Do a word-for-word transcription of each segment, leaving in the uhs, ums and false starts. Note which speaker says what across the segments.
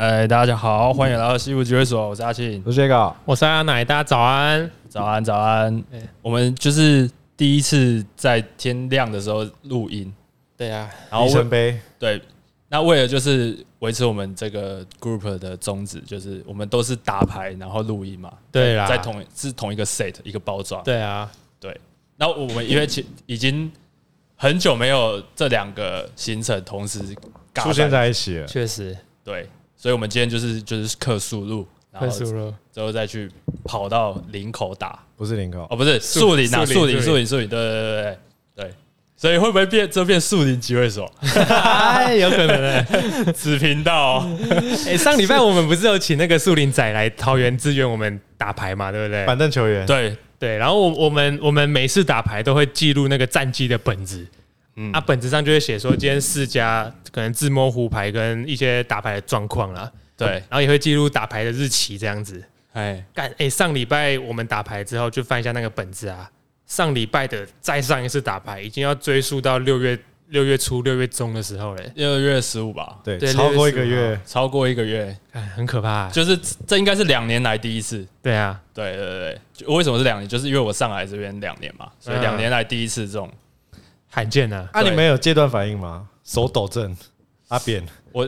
Speaker 1: 哎，大家好，欢迎来到西湖集会所，我是阿庆，
Speaker 2: 我是 Jack，
Speaker 3: 我是阿奶，大家早安，
Speaker 1: 早安，早安。欸、我们就是第一次在天亮的时候录音，
Speaker 3: 对啊，
Speaker 2: 然后里程碑，
Speaker 1: 对，那为了就是维持我们这个 group 的宗旨，就是我们都是打牌然后录音嘛，
Speaker 3: 对啦，
Speaker 1: 在同是同一个 set 一个包装，
Speaker 3: 对啊，
Speaker 1: 对。那我们因为其已经很久没有这两个行程同时
Speaker 2: 出现在一起了，
Speaker 3: 确实，
Speaker 1: 对。所以，我们今天就是就是客速录，然后之后再去跑到林口打，
Speaker 2: 不是林口
Speaker 1: 哦，不是树林啊，树林，树林，树林，对对对对，所以会不会变这变树林集会所？
Speaker 3: 有可能的，
Speaker 1: 子频道。
Speaker 3: 哎，上礼拜我们不是有请那个树林仔来桃园支援我们打牌嘛，对不对？
Speaker 2: 板凳球员，
Speaker 1: 对
Speaker 3: 对，然后我我们我们每次打牌都会记录那个战绩的本子。嗯、啊，本子上就会写说今天四家可能自摸胡牌跟一些打牌的状况啦，
Speaker 1: 对，
Speaker 3: 然后也会记录打牌的日期这样子。
Speaker 1: 哎，
Speaker 3: 干哎，上礼拜我们打牌之后就翻一下那个本子啊，上礼拜的再上一次打牌已经要追溯到六月六月初六月中的时候嘞，
Speaker 1: 六月十五吧，
Speaker 2: 对，对超过一个月，
Speaker 1: 超过一个月，
Speaker 3: 很可怕、啊，
Speaker 1: 就是这应该是两年来第一次。
Speaker 3: 对啊，
Speaker 1: 对对对对，为什么是两年？就是因为我上来这边两年嘛，所以两年来第一次这种。
Speaker 3: 罕见啊！
Speaker 2: 啊，你们有戒断反应吗？手抖症，阿扁，
Speaker 1: 我，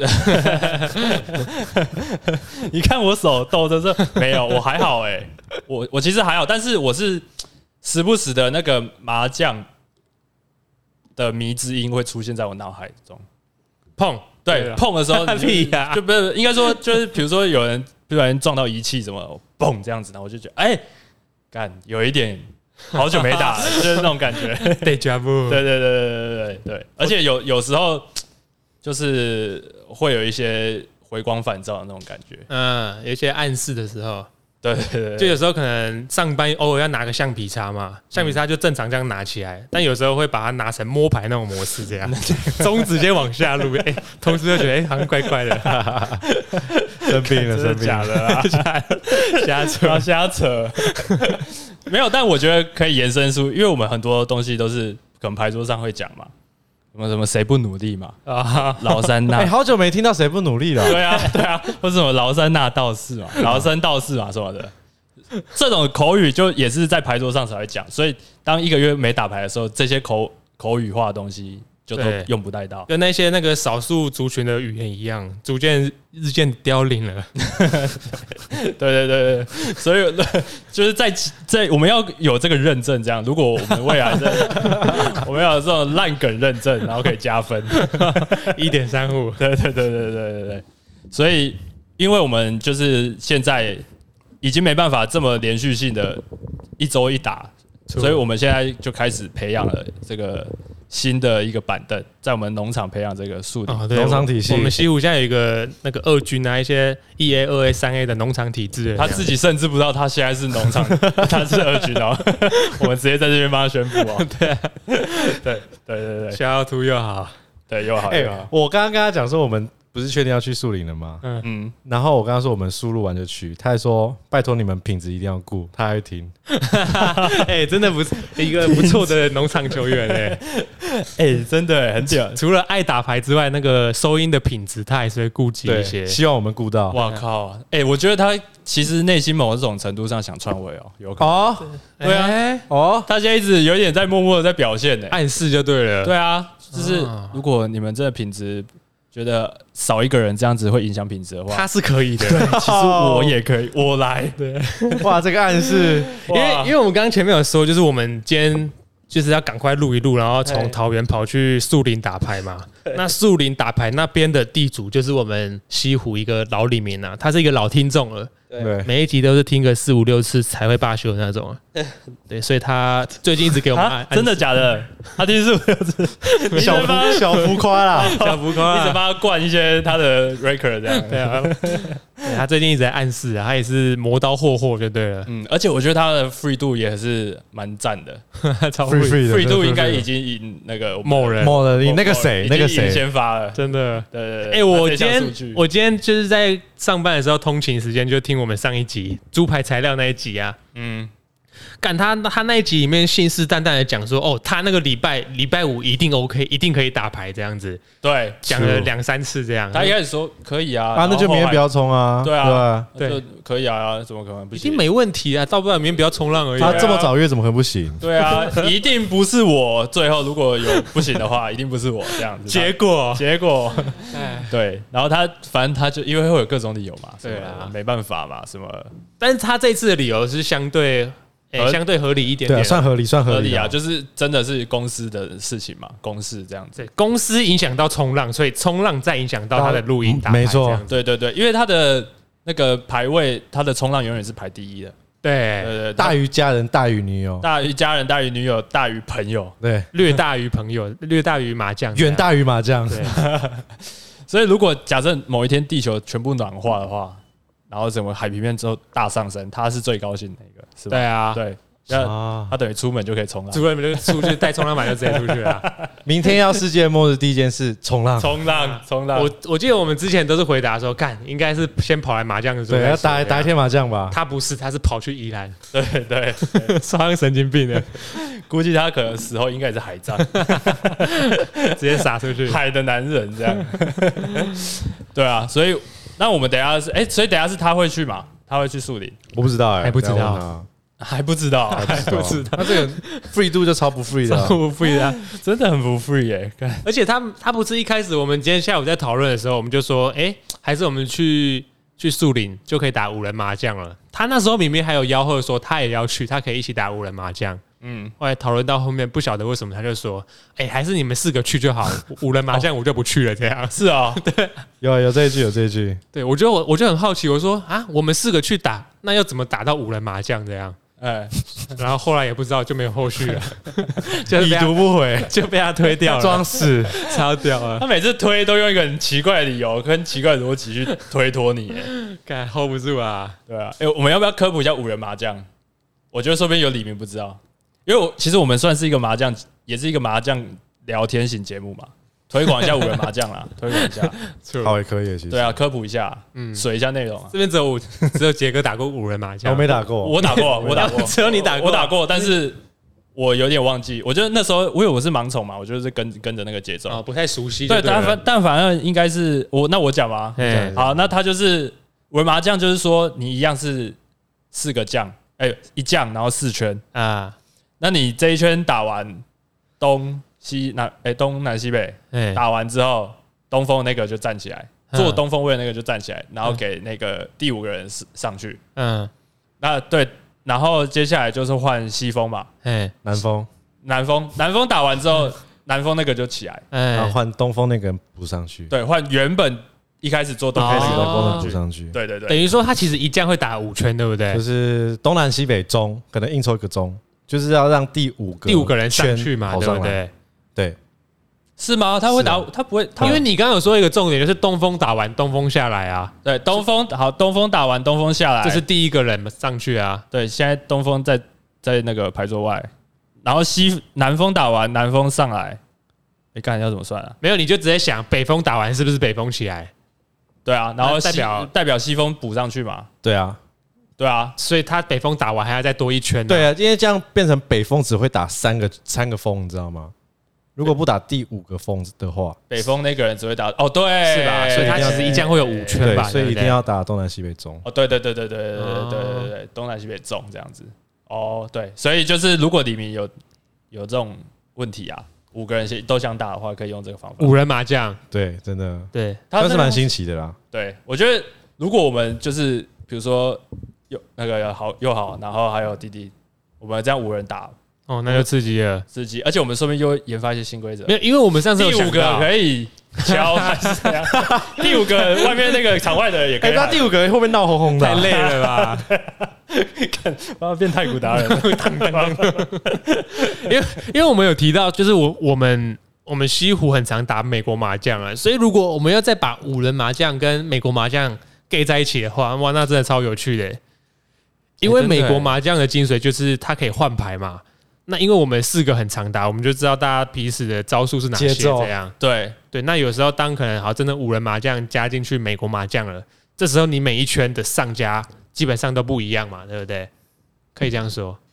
Speaker 1: 你看我手抖着这没有，我还好哎、欸，我我其实还好，但是我是时不时的那个麻将的迷之音会出现在我脑海中，
Speaker 3: 碰
Speaker 1: 对碰的时候
Speaker 3: 屁呀、啊，
Speaker 1: 就不是应该说就是比如说有人不小心撞到仪器什么，嘣这样子，然后我就觉得哎，干、欸、有一点。好久没打了，就是那种感觉。
Speaker 3: Deja vu。
Speaker 1: 对对对对对对，而且有有时候就是会有一些回光返照的那种感觉。
Speaker 3: 嗯，有一些暗示的时候。
Speaker 1: 对对 对, 對，
Speaker 3: 就有时候可能上班偶尔要拿个橡皮擦嘛，橡皮擦就正常这样拿起来，嗯、但有时候会把它拿成摸牌那种模式，这样中指直接往下录，哎、欸，同时就觉得哎、欸、好像怪怪的，
Speaker 2: 生病了，生病了，
Speaker 1: 假的啦，
Speaker 3: 瞎扯
Speaker 1: 瞎扯。没有，但我觉得可以延伸出，因为我们很多东西都是可能牌桌上会讲嘛，什么什么谁不努力嘛，啊，崂山那，
Speaker 2: 哎、欸，好久没听到谁不努力了，
Speaker 1: 对啊，对啊，或者什么崂山那道士嘛，崂山道士嘛什么的，这种口语就也是在牌桌上才会讲，所以当一个月没打牌的时候，这些口口语化的东西就都用不太到，
Speaker 3: 跟那些那个少数族群的语言一样，逐渐日渐凋零了。
Speaker 1: 对对对对，所以就是在在我们要有这个认证，这样如果我们未来我们要有这种烂梗认证，然后可以加分
Speaker 3: 一点三五。
Speaker 1: 对对对对对对对，所以因为我们就是现在已经没办法这么连续性的一周一打，所以我们现在就开始培养了这个。新的一个板凳，在我们农场培养这个树林
Speaker 2: 农场体系。
Speaker 3: 我们西湖现在有一个那个二军啊，一些一 A、二 A、三 A 的农场体制。
Speaker 1: 他自己甚至不知道他现在是农场，他是二军哦。我们直接在这边帮他宣布哦。
Speaker 3: 对啊，
Speaker 1: 对对对对，
Speaker 3: 小要图又好，
Speaker 1: 对又好又好。
Speaker 2: 我刚刚跟他讲说，我们不是确定要去树林了吗？
Speaker 3: 嗯
Speaker 2: 嗯。然后我跟他说，我们输入完就去。他还说，拜托你们品质一定要顾，他还会听。
Speaker 3: 哎、欸，真的不是一个不错的农场球员哎、
Speaker 1: 欸。哎、欸，真的很屌！
Speaker 3: 除了爱打牌之外，那个收音的品质，他还是会顾及一些。
Speaker 2: 希望我们顾到。
Speaker 1: 哇靠！哎、欸，我觉得他其实内心某种程度上想篡位哦，有可能。
Speaker 2: 哦，
Speaker 1: 对啊，
Speaker 3: 欸、
Speaker 1: 哦，他现在一直有点在默默的在表现呢，
Speaker 3: 暗示就对了。
Speaker 1: 对啊，就是如果你们这个品质觉得少一个人这样子会影响品质的话，
Speaker 3: 他是可以的。
Speaker 1: 对，其实我也可以，我来。
Speaker 3: 对，
Speaker 2: 哇，这个暗示，
Speaker 3: 因为因为我们刚刚前面有说，就是我们今天。就是要赶快录一录，然后从桃园跑去树林打牌嘛。那树林打牌那边的地主就是我们西湖一个老里民啊，他是一个老听众了，对，每一集都是听个四五六次才会罢休的那种。对，所以他最近一直给我们按，
Speaker 1: 真的假的？他听四五六次，
Speaker 2: 小浮小浮夸啦，
Speaker 3: 小浮夸，
Speaker 1: 一直帮他灌一些他的 record 这样。
Speaker 3: 对啊，对他最近一直在暗示啊，他也是磨刀霍霍就对了。
Speaker 1: 嗯，而且我觉得他的 free 度也是蛮赞的，
Speaker 3: 超
Speaker 2: free
Speaker 1: free 度应该已经赢那个
Speaker 3: 某人
Speaker 2: 某人，你那个谁那个谁
Speaker 1: 先发了，
Speaker 3: 真的。
Speaker 1: 对对对。
Speaker 3: 哎，我今天我今天就是在上班的时候通勤时间就听我们上一集猪排材料那一集啊，嗯。 干他他那一集里面信誓旦旦的讲说，哦，他那个礼拜礼拜五一定 OK， 一定可以打牌这样子，
Speaker 1: 对，
Speaker 3: 讲了两三次这样。
Speaker 1: 他一开始说可以啊，
Speaker 2: 啊，那就明天不要冲啊，
Speaker 1: 对啊，
Speaker 3: 对，
Speaker 1: 就可以啊，怎么可能不行？
Speaker 3: 一定没问题啊，到不了明天不要冲浪而已。
Speaker 2: 他这么早约怎么可能不行？
Speaker 1: 对啊，一定不是我。最后如果有不行的话，一定不是我这样子。
Speaker 3: 结果
Speaker 1: 结果，对，然后他反正他就因为会有各种理由嘛，
Speaker 3: 对啊，
Speaker 1: 没办法嘛，什么。
Speaker 3: 但是他这次的理由是相对，欸、相对合理一点点，
Speaker 2: 对、啊，算合理，算合
Speaker 1: 理，合理啊，就是真的是公司的事情嘛，公司这样子，
Speaker 3: 公司影响到冲浪，所以冲浪再影响到他的录音打牌，
Speaker 2: 没错，
Speaker 1: 对对对，因为他的那个排位，他的冲浪永远是排第一的，
Speaker 3: 对
Speaker 1: 对对，
Speaker 2: 大于家人，大于女友，
Speaker 1: 大于家人，大于女友，大于朋友，
Speaker 2: 对，
Speaker 3: 略大于朋友，略大于麻将，
Speaker 2: 远大于麻将，
Speaker 3: 对。
Speaker 1: 所以如果假设某一天地球全部暖化的话，然后整个海平面之后大上升，他是最高兴的一个，是吧？
Speaker 3: 对啊，
Speaker 1: 对，那他等于出门就可以冲浪，
Speaker 3: 出门就出去带冲浪板就直接出去了。
Speaker 2: 明天要世界末日，第一件事冲浪，
Speaker 1: 冲浪，冲浪。
Speaker 3: 我我记得我们之前都是回答说，干应该是先跑来麻将的时候，
Speaker 2: 对，要打打一天麻将吧。
Speaker 3: 他不是，他是跑去宜兰，
Speaker 1: 对对，
Speaker 3: 超神经病的。
Speaker 1: 估计他可能死后应该也是海葬，
Speaker 3: 直接撒出去，
Speaker 1: 海的男人这样。对啊，所以那我们等一下是哎、欸，所以等一下是他会去嘛？他会去树林？
Speaker 2: 我不知道哎、欸，
Speaker 3: 还不知道，
Speaker 1: 还不知道，
Speaker 2: 还
Speaker 1: 不知道。
Speaker 2: 他这个 free 度就超不 free 的、啊，
Speaker 3: 超不 free 的、啊，
Speaker 1: 真的很不 free 哎、欸。
Speaker 3: 而且他他不是一开始我们今天下午在讨论的时候，我们就说，哎、欸，还是我们去去树林就可以打五人麻将了。他那时候明明还有吆喝说他也要去，他可以一起打五人麻将。嗯，后来讨论到后面，不晓得为什么他就说：“哎、欸，还是你们四个去就好，五人麻将我就不去了。”这样
Speaker 1: 是啊、哦，
Speaker 3: 对，
Speaker 2: 有有这一句，有这一句。
Speaker 3: 对我觉得我我就很好奇，我说啊，我们四个去打，那要怎么打到五人麻将这样？哎，然后后来也不知道，就没有后续了，
Speaker 2: 就已读不回，
Speaker 3: 就被他推掉了，
Speaker 2: 装死，
Speaker 3: 超屌了。
Speaker 1: 他每次推都用一个很奇怪的理由跟奇怪的逻辑去推脱你，
Speaker 3: 干 hold 不住啊！
Speaker 1: 对啊，哎、欸，我们要不要科普一下五人麻将？我觉得说不定有李明不知道。因为我其实我们算是一个麻将，也是一个麻将聊天型节目嘛，推广一下五人麻将啦，推广一下，
Speaker 2: 好也可以，其实
Speaker 1: 对啊，科普一下，嗯，水一下内容啊。
Speaker 3: 这边只有只有杰哥打过五人麻将，
Speaker 2: 我没打过，
Speaker 1: 我打过，我打过，
Speaker 3: 只有你打过，
Speaker 1: 我打过，但是我有点忘记，我觉得那时候因为我是盲从嘛，我就是跟跟着那个节奏，
Speaker 3: 哦，不太熟悉，
Speaker 1: 对，但反但反正应该是我，那我讲嘛，好，那他就是五人麻将，就是说你一样是四个将，哎，一将然后四圈啊。那你这一圈打完东西南哎、欸、东南西北、欸、打完之后，东风那个就站起来，做东风位的那个就站起来，然后给那个第五个人上去。嗯，那对，然后接下来就是换西风嘛，
Speaker 2: 哎，南风，
Speaker 1: 南风，南风打完之后，南风那个就起来，
Speaker 2: 然后换东风那个人补上去。
Speaker 1: 对，换原本一开始做东
Speaker 2: 风
Speaker 1: 风
Speaker 2: 的功能补上去。
Speaker 1: 对对对，
Speaker 3: 等于说他其实一将会打五圈，对不对？
Speaker 2: 就是东南西北中，可能硬抽一个中。就是要让第五个
Speaker 3: 第五个人上去嘛，对不对？
Speaker 2: 对，
Speaker 1: 是吗？他会打，他不会，
Speaker 3: 因为你刚刚有说一个重点，就是东风打完，东风下来啊。
Speaker 1: 对，东风好，东风打完，东风下来，
Speaker 3: 这是第一个人上去啊。
Speaker 1: 对，现在东风在在那个牌桌外，然后西南风打完，南风上来，你看要怎么算啊？
Speaker 3: 没有，你就直接想北风打完是不是北风起来？
Speaker 1: 对啊，然后
Speaker 3: 代表
Speaker 1: 代表西风补上去嘛？
Speaker 2: 对啊。
Speaker 1: 对啊，
Speaker 3: 所以他北风打完还要再多一圈、啊。
Speaker 2: 对啊，因为这样变成北风只会打三个三个风，你知道吗？如果不打第五个风的话，
Speaker 1: 北风那个人只会打哦，对，
Speaker 3: 是吧？所以他其实一将会有五圈吧，
Speaker 2: 所以一定要打东南西北中。
Speaker 1: 哦，对对对对对对对对对对，东南西北中这样子。哦，对，所以就是如果李明有有这种问题啊，五个人都想打的话，可以用这个方法。
Speaker 3: 五人麻将，
Speaker 2: 对，真的，
Speaker 3: 对，
Speaker 2: 他是蛮新奇的啦。
Speaker 1: 对，我觉得如果我们就是比如说。有那个好又好，然后还有弟弟，我们这样五人打，
Speaker 3: 哦，那就刺激了，
Speaker 1: 刺激，而且我们说不定又研发一些新规则。
Speaker 3: 没有，因为我们上次有
Speaker 1: 第五个可以敲还是怎样？第五个外面那个场外的也可以。
Speaker 2: 那第五个会不会闹哄哄的？
Speaker 3: 太累了吧？
Speaker 1: 看，把他变太古达人。
Speaker 3: 因为因为我们有提到，就是我我们我们西湖很常打美国麻将啊，所以如果我们要再把五人麻将跟美国麻将 gay 在一起的话，哇，那真的超有趣的。因为美国麻将的精髓就是它可以换牌嘛，那因为我们四个很常打，我们就知道大家彼此的招数是哪些，这样
Speaker 1: 对
Speaker 3: 对。那有时候当可能好真的五人麻将加进去美国麻将了，这时候你每一圈的上家基本上都不一样嘛，对不对？可以这样说。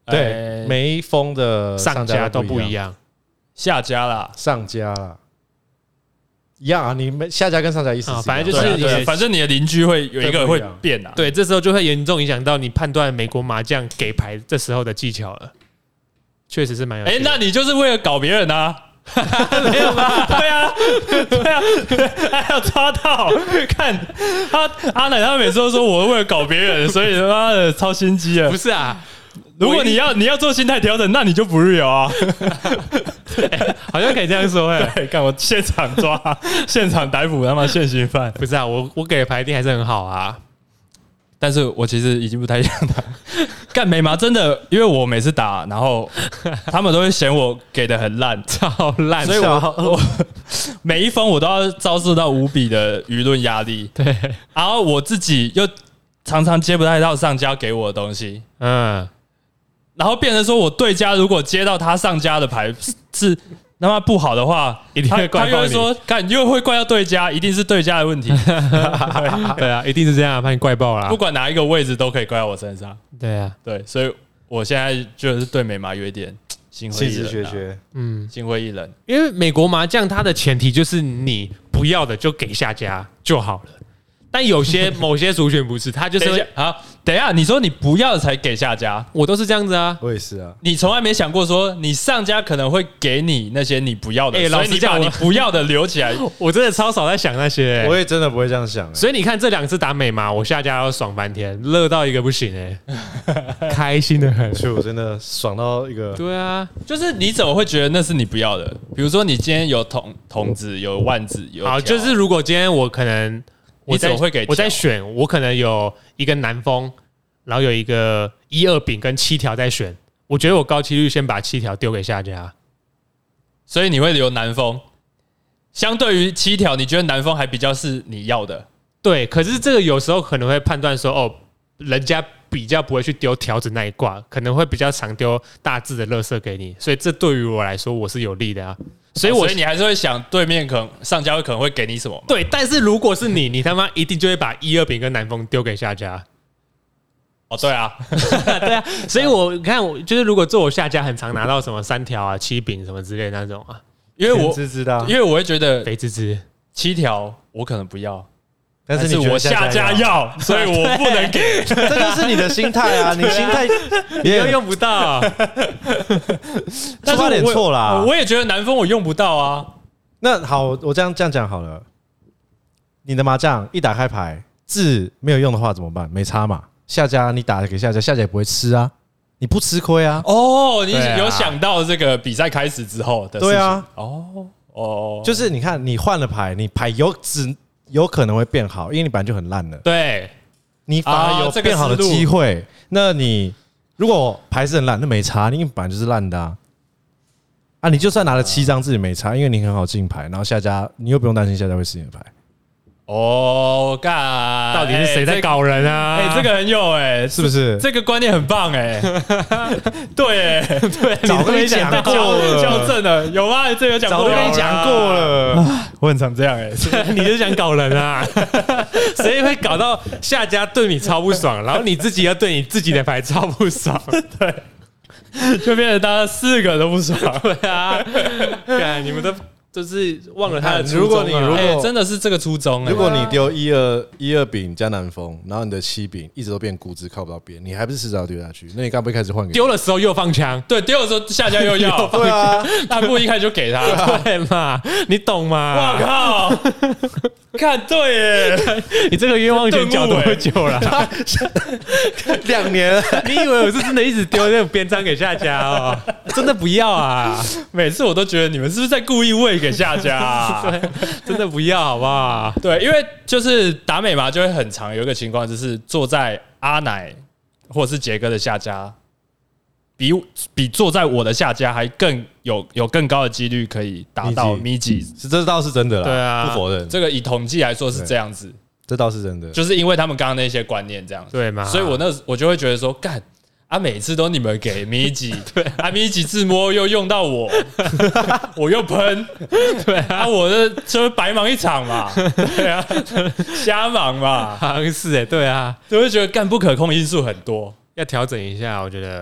Speaker 2: 对，每一封的
Speaker 3: 上家都不一
Speaker 2: 样，
Speaker 3: 样，
Speaker 1: 下家啦，
Speaker 2: 上家啦。一样啊，你们下家跟上家意思是一样、
Speaker 3: 啊反正就是
Speaker 1: 对啊对啊反正你的邻居会有一个会变啊。
Speaker 3: 对，这时候就会严重影响到你判断美国麻将给牌这时候的技巧了。确实是蛮有趣的。
Speaker 1: 哎、欸，那你就是为了搞别人啊？没有吧？对啊，对啊，还要抓到。看他阿奶，他每次都说我为了搞别人，所以他妈的超心机啊！
Speaker 3: 不是啊，
Speaker 1: 如果你要你要做心态调整，那你就不 real 啊。
Speaker 3: 欸、好像可以这样说哎、
Speaker 1: 欸。看我现场抓，现场逮捕他妈现行犯。
Speaker 3: 不是啊，我我给的牌一定还是很好啊。
Speaker 1: 但是我其实已经不太想打干美麻，真的，因为我每次打，然后他们都会嫌我给的很烂，
Speaker 3: 超烂，
Speaker 1: 所以我我每一封我都要遭受到无比的舆论压力。
Speaker 3: 对，
Speaker 1: 然后我自己又常常接不太到上家给我的东西，嗯，然后变成说我对家如果接到他上家的牌是那么不好的话，
Speaker 3: 一定会怪爆你。
Speaker 1: 他又会说，干，又会怪到对家，一定是对家的问题。
Speaker 3: 对, 对啊，一定是这样，把你怪爆了。
Speaker 1: 不管哪一个位置都可以怪到我身上。
Speaker 3: 对啊，
Speaker 1: 对，所以我现在就是对美麻有一点心灰意冷、啊，
Speaker 2: 学学，
Speaker 3: 嗯，
Speaker 1: 心灰意冷。
Speaker 3: 因为美国麻将它的前提就是你不要的就给下家就好了。但有些某些族群不是，他就是会
Speaker 1: 好，等一下，你说你不要才给下家，
Speaker 3: 我都是这样子啊，
Speaker 2: 我也是啊。
Speaker 1: 你从来没想过说，你上家可能会给你那些你不要的，
Speaker 3: 欸、
Speaker 1: 所以你把你不要的留起来。
Speaker 3: 我真的超少在想那些、欸，
Speaker 2: 我也真的不会这样想、欸。
Speaker 3: 所以你看这两次打美麻，我下家要爽翻天，乐到一个不行哎、欸，开心的很。
Speaker 2: 所以我真的爽到一个。
Speaker 3: 对啊，
Speaker 1: 就是你怎么会觉得那是你不要的？比如说你今天有筒筒子，有万子，有
Speaker 3: 好，就是如果今天我可能。
Speaker 1: 你怎么会给？
Speaker 3: 我在选，我可能有一个南风，然后有一个一二饼跟七条在选。我觉得我高几率先把七条丢给下家，
Speaker 1: 所以你会留南风。相对于七条，你觉得南风还比较是你要的？
Speaker 3: 对，可是这个有时候可能会判断说，哦，人家比较不会去丢条子那一挂，可能会比较常丢大致的垃圾给你，所以这对于我来说我是有利的啊。所以我，
Speaker 1: 哦，所以你还是会想对面可能上家会可能会给你什么？
Speaker 3: 对，但是如果是你，你他妈一定就会把一二饼跟南风丢给下家。
Speaker 1: 哦，对啊，
Speaker 3: 对啊，所以我看我就是如果做我下家很常拿到什么三条啊、七饼什么之类的那种啊，
Speaker 1: 因为我
Speaker 2: 知知道，
Speaker 1: 因为我会觉得
Speaker 3: 肥滋滋
Speaker 1: 七条我可能不要。
Speaker 2: 但是
Speaker 1: 我下家要，所以我不能给，
Speaker 2: 这就是你的心态啊！你心态
Speaker 3: 你又用不到，
Speaker 2: 出发点错啦。
Speaker 1: 我也觉得南风我用不到啊。
Speaker 2: 那好，我这样这样讲好了。你的麻将一打开牌字没有用的话怎么办？没差嘛。下家你打给下家，下家也不会吃啊，你不吃亏啊。
Speaker 1: 哦，你有想到这个比赛开始之后的事情？
Speaker 2: 对啊。
Speaker 1: 哦哦，
Speaker 2: 就是你看，你换了牌，你牌有只。有可能会变好，因为你本来就很烂了。
Speaker 3: 对，
Speaker 2: 你反而有变好的机会。那你如果牌是很烂，那没差，你本来就是烂的啊。啊，你就算拿了七张自己没差，因为你很好进牌，然后下家你又不用担心下家会吃你的牌。
Speaker 1: 哦，干，
Speaker 3: 到底是谁在搞人啊？
Speaker 1: 哎，这个很有哎，
Speaker 2: 是不是？
Speaker 1: 这个观念很棒哎。对，对，
Speaker 2: 早跟你讲过了，
Speaker 1: 校正了，有吗？这个讲过，
Speaker 2: 早跟你讲过了。
Speaker 1: 我很常这样哎，
Speaker 3: 你就想搞人啊？谁会搞到下家对你超不爽，然后你自己要对你自己的牌超不爽？
Speaker 1: 对，就变成大家四个都不爽。
Speaker 3: 对啊，看你们都。就是忘了他的初衷、啊。
Speaker 2: 如果你如果、
Speaker 1: 欸、真的是这个初衷、欸，
Speaker 2: 如果你丢一二一二饼加南风，然后你的七饼一直都变固执，靠不到边，你还不是迟早丢下去？那你该不会开始换给？
Speaker 3: 丢的时候又放枪，
Speaker 1: 对，丢的时候下家又要，
Speaker 2: 对啊，
Speaker 1: 他不一开始就给他，
Speaker 3: 对嘛？你懂吗？
Speaker 1: 我靠！看对耶，
Speaker 3: 你这个冤枉钱缴多久了？
Speaker 2: 两年。
Speaker 3: 你以为我是真的一直丢那种边章给下家哦？真的不要啊！
Speaker 1: 每次我都觉得你们是不是在故意喂给下家、啊？
Speaker 3: 对，真的不要好不好？
Speaker 1: 对，因为就是打美麻就会很常有一个情况，就是坐在阿奶或者是杰哥的下家，比比坐在我的下家还更有有更高的几率可以达到咪吉，
Speaker 2: 是这倒是真的啦，
Speaker 3: 对啊，
Speaker 2: 不否认。
Speaker 1: 这个以统计来说是这样子，
Speaker 2: 这倒是真的，
Speaker 1: 就是因为他们刚刚那些观念这样子，
Speaker 3: 对嘛？
Speaker 1: 所以我那我就会觉得说，干啊，每次都你们给咪吉，对啊，咪吉自摸又用到我，我又喷，对啊，我的就是白忙一场嘛，对啊，瞎忙嘛，
Speaker 3: 好像是哎，对啊，
Speaker 1: 就会觉得干不可控因素很多，
Speaker 3: 要调整一下，我觉得。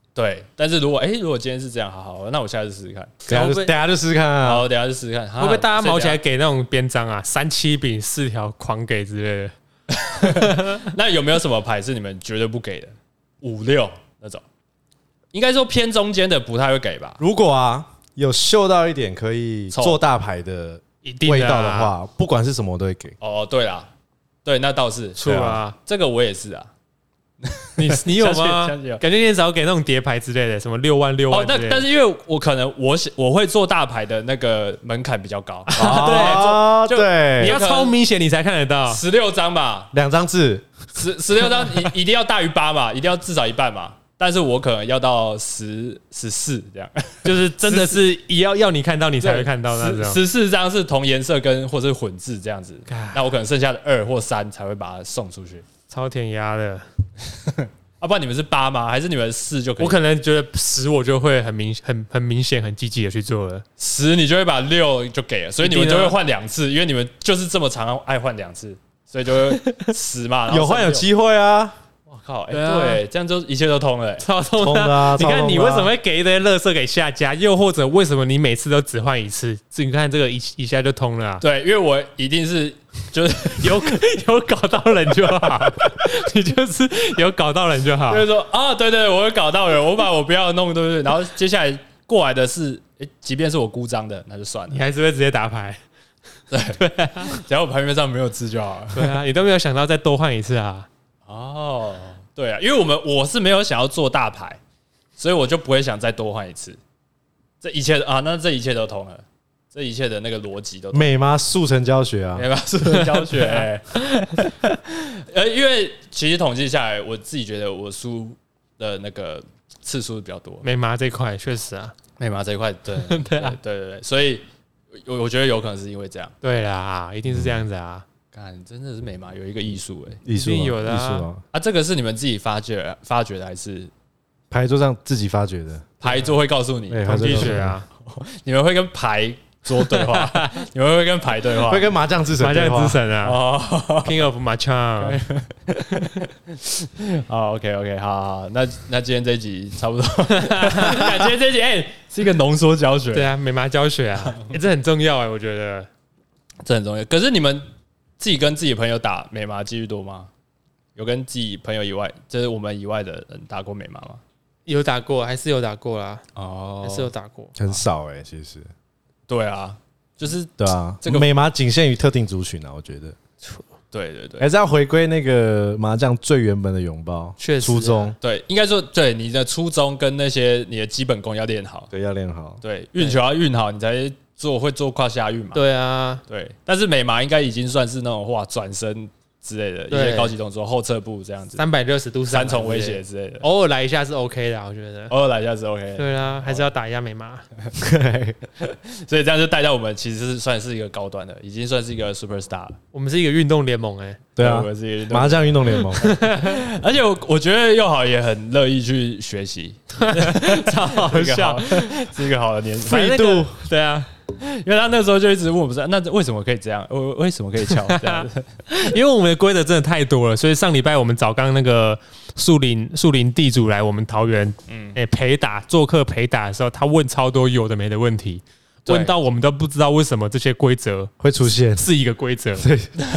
Speaker 1: 对，但是如果哎、欸，如果今天是这样，好好，那我下次试试看。
Speaker 2: 等下就等下就试试看啊。
Speaker 1: 好，等下就试试看。
Speaker 3: 会不会大家毛起来给那种边章啊，三七饼四条狂给之类的？
Speaker 1: 那有没有什么牌是你们绝对不给的？五六那种，应该说偏中间的不太会给吧？
Speaker 2: 如果啊有嗅到一点可以做大牌的味道的话，不管是什么我都会给。
Speaker 1: 哦，对啦，对，那倒是
Speaker 3: 错啊，
Speaker 1: 这个我也是啊。
Speaker 3: 你你有吗？感觉你少给那种叠牌之类的，什么六万六万。哦，
Speaker 1: 那但是因为我可能我我会做大牌的那个门槛比较高。
Speaker 2: 啊，对，对，
Speaker 3: 你要超明显你才看得到。
Speaker 1: 十六张吧，
Speaker 2: 两张字，
Speaker 1: 十十六张一一定要大于八嘛，一定要至少一半嘛。但是我可能要到十十四这样，
Speaker 3: 就是真的是要要你看到你才会看到那种。
Speaker 1: 十四张是同颜色跟或者是混字这样子，那我可能剩下的二或三才会把它送出去。
Speaker 3: 超填鸭的，
Speaker 1: 啊，不然你们是八吗？还是你们四就可以？
Speaker 3: 我可能觉得十我就会很明很很明显很积极的去做了，
Speaker 1: 十你就会把六就给了，所以你们就会换两次，因为你们就是这么常爱换两次，所以就会十嘛。
Speaker 2: 有换有机会啊！
Speaker 1: 我靠，哎，对，这样就一切都通了，
Speaker 3: 超通的啊！你看你为什么会给一堆垃圾给下家，又或者为什么你每次都只换一次？你看这个一一下就通了。
Speaker 1: 对，因为我一定是。就是
Speaker 3: 有有搞到人就好，你就是有搞到人就好。
Speaker 1: 就是说啊，对对，我有搞到人，我把我不要弄，对不对？然后接下来过来的是，欸、即便是我孤张的，那就算了。
Speaker 3: 你还是会直接打牌，
Speaker 1: 对对、啊，只要我牌面上没有字就好了。
Speaker 3: 对啊，你都没有想到再多换一次啊？
Speaker 1: 哦，对啊，因为我们我是没有想要做大牌，所以我就不会想再多换一次。这一切啊，那这一切都通了。这一切的那个逻辑都
Speaker 2: 美吗？速成教学啊，
Speaker 1: 美吗？速成教学、欸。呃，因为其实统计下来，我自己觉得我输的那个次数比较多。
Speaker 3: 美麻这块确实啊，
Speaker 1: 美麻这一块，对
Speaker 3: 对啊，
Speaker 1: 对对对，所以我我觉得有可能是因为这样。
Speaker 3: 对啦，一定是这样子啊。
Speaker 1: 看，真的是美麻有一个艺术哎，
Speaker 2: 艺术
Speaker 3: 有的
Speaker 2: 啊。
Speaker 1: 啊，这个是你们自己发掘发掘的，还是
Speaker 2: 牌桌上自己发掘的？
Speaker 1: 牌桌会告诉你，
Speaker 3: 统计学啊，
Speaker 1: 你们会跟牌。桌对话，你们会跟牌对话，
Speaker 2: 会跟麻将之神，
Speaker 3: 麻将之神啊、哦、，King of 麻将。
Speaker 1: 好 ，OK OK， 好好，那那今天这一集差不多。今天这一集哎、欸、是一个浓缩教学，
Speaker 3: 对啊，美麻教学啊，欸、这很重要哎、欸，我觉得
Speaker 1: 这很重要。可是你们自己跟自己朋友打美麻几率多吗？有跟自己朋友以外，就是我们以外的人打过美麻吗？
Speaker 3: 有打过，还是有打过啦。
Speaker 1: 哦，
Speaker 3: 还是有打过，
Speaker 2: 很少哎、欸，其实。
Speaker 1: 对啊，就是
Speaker 2: 对啊，这个美麻仅限于特定族群啊，我觉得。
Speaker 1: 对对对，
Speaker 2: 还是要回归那个麻将最原本的拥抱，
Speaker 3: 确实、啊，
Speaker 2: 初衷。
Speaker 1: 对，应该说，对你的初衷跟那些你的基本功要练好，
Speaker 2: 对，要练好。
Speaker 1: 对，运球要运好，你才做会做胯下运嘛。
Speaker 3: 对啊，
Speaker 1: 对。但是美麻应该已经算是那种哇转身之类的一些高级动作，后侧步这样子，
Speaker 3: 三百六十度
Speaker 1: 三重威胁之类的，
Speaker 3: 偶尔来一下是 OK 的，我觉得。
Speaker 1: 偶尔来一下是 OK 的。
Speaker 3: 对啊，还是要打一下美麻。
Speaker 1: 所以这样就带到我们其实是算是一个高端的，已经算是一个 super star 了。
Speaker 3: 我们是一个运动联盟哎、欸。
Speaker 2: 对啊，
Speaker 1: 我们是一个
Speaker 2: 麻将运动联盟。
Speaker 1: 而且我我觉得佑豪也很乐意去学习，
Speaker 3: 超好笑，
Speaker 1: 是一个好的年
Speaker 3: 费度。对啊。
Speaker 1: 因为他那时候就一直问我们说，那为什么可以这样？我为什么可以敲这样子？
Speaker 3: 因为我们的规则真的太多了，所以上礼拜我们找刚那个树林树林地主来我们桃园，嗯，哎陪打做客陪打的时候，他问超多有的没的问题，问到我们都不知道为什么这些规则
Speaker 2: 会出现，
Speaker 3: 是一个规则，
Speaker 2: 对，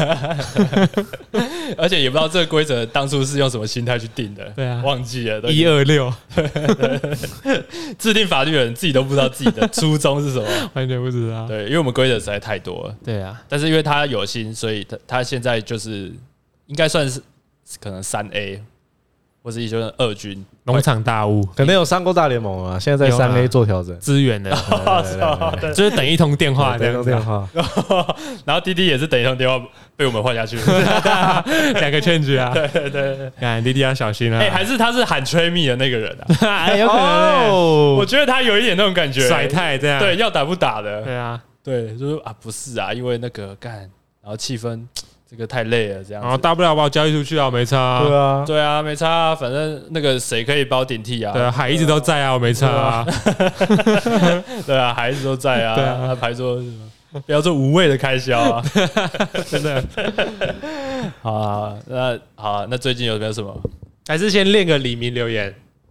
Speaker 1: 而且也不知道这个规则当初是用什么心态去定的，
Speaker 3: 对啊，
Speaker 1: 忘记了
Speaker 3: 一二六，
Speaker 1: 制定法律的人自己都不知道自己的初衷是什么，
Speaker 3: 完全不知道，
Speaker 1: 对，因为我们规则实在太多了，
Speaker 3: 对啊，
Speaker 1: 但是因为他有心，所以他他现在就是应该算是可能三 A。或是一些二军
Speaker 3: 农场大屋，
Speaker 2: 可能有上过大联盟啊，现在在三 A 做调整
Speaker 3: 资源的，就是等一通电话，
Speaker 2: 等一通电话，
Speaker 1: 然后滴滴也是等一通电话被我们换下去，
Speaker 3: 两个劝局啊，
Speaker 1: 对对对，
Speaker 3: 看滴滴要小心啊，
Speaker 1: 哎，还是他是喊吹密的那个人啊，
Speaker 3: 有可能，
Speaker 1: 我觉得他有一点那种感觉，
Speaker 3: 甩态这样，
Speaker 1: 对，要打不打的，
Speaker 3: 对啊，
Speaker 1: 对，就是啊，不是啊，因为那个干，然后气氛。这个太累了，这样。
Speaker 3: 然后大不了把我交易出去啊，没差、啊。
Speaker 2: 对啊，
Speaker 1: 对啊，没差、啊。反正那个谁可以帮我顶替啊？
Speaker 3: 对啊，海一直都在啊，我没差啊。
Speaker 1: 对啊，海一直都在啊。
Speaker 3: 对啊，
Speaker 1: 他牌桌不要做无谓的开销啊，真的。好啊，那好啊，那最近有没有什么？
Speaker 3: 还是先练个李明留言。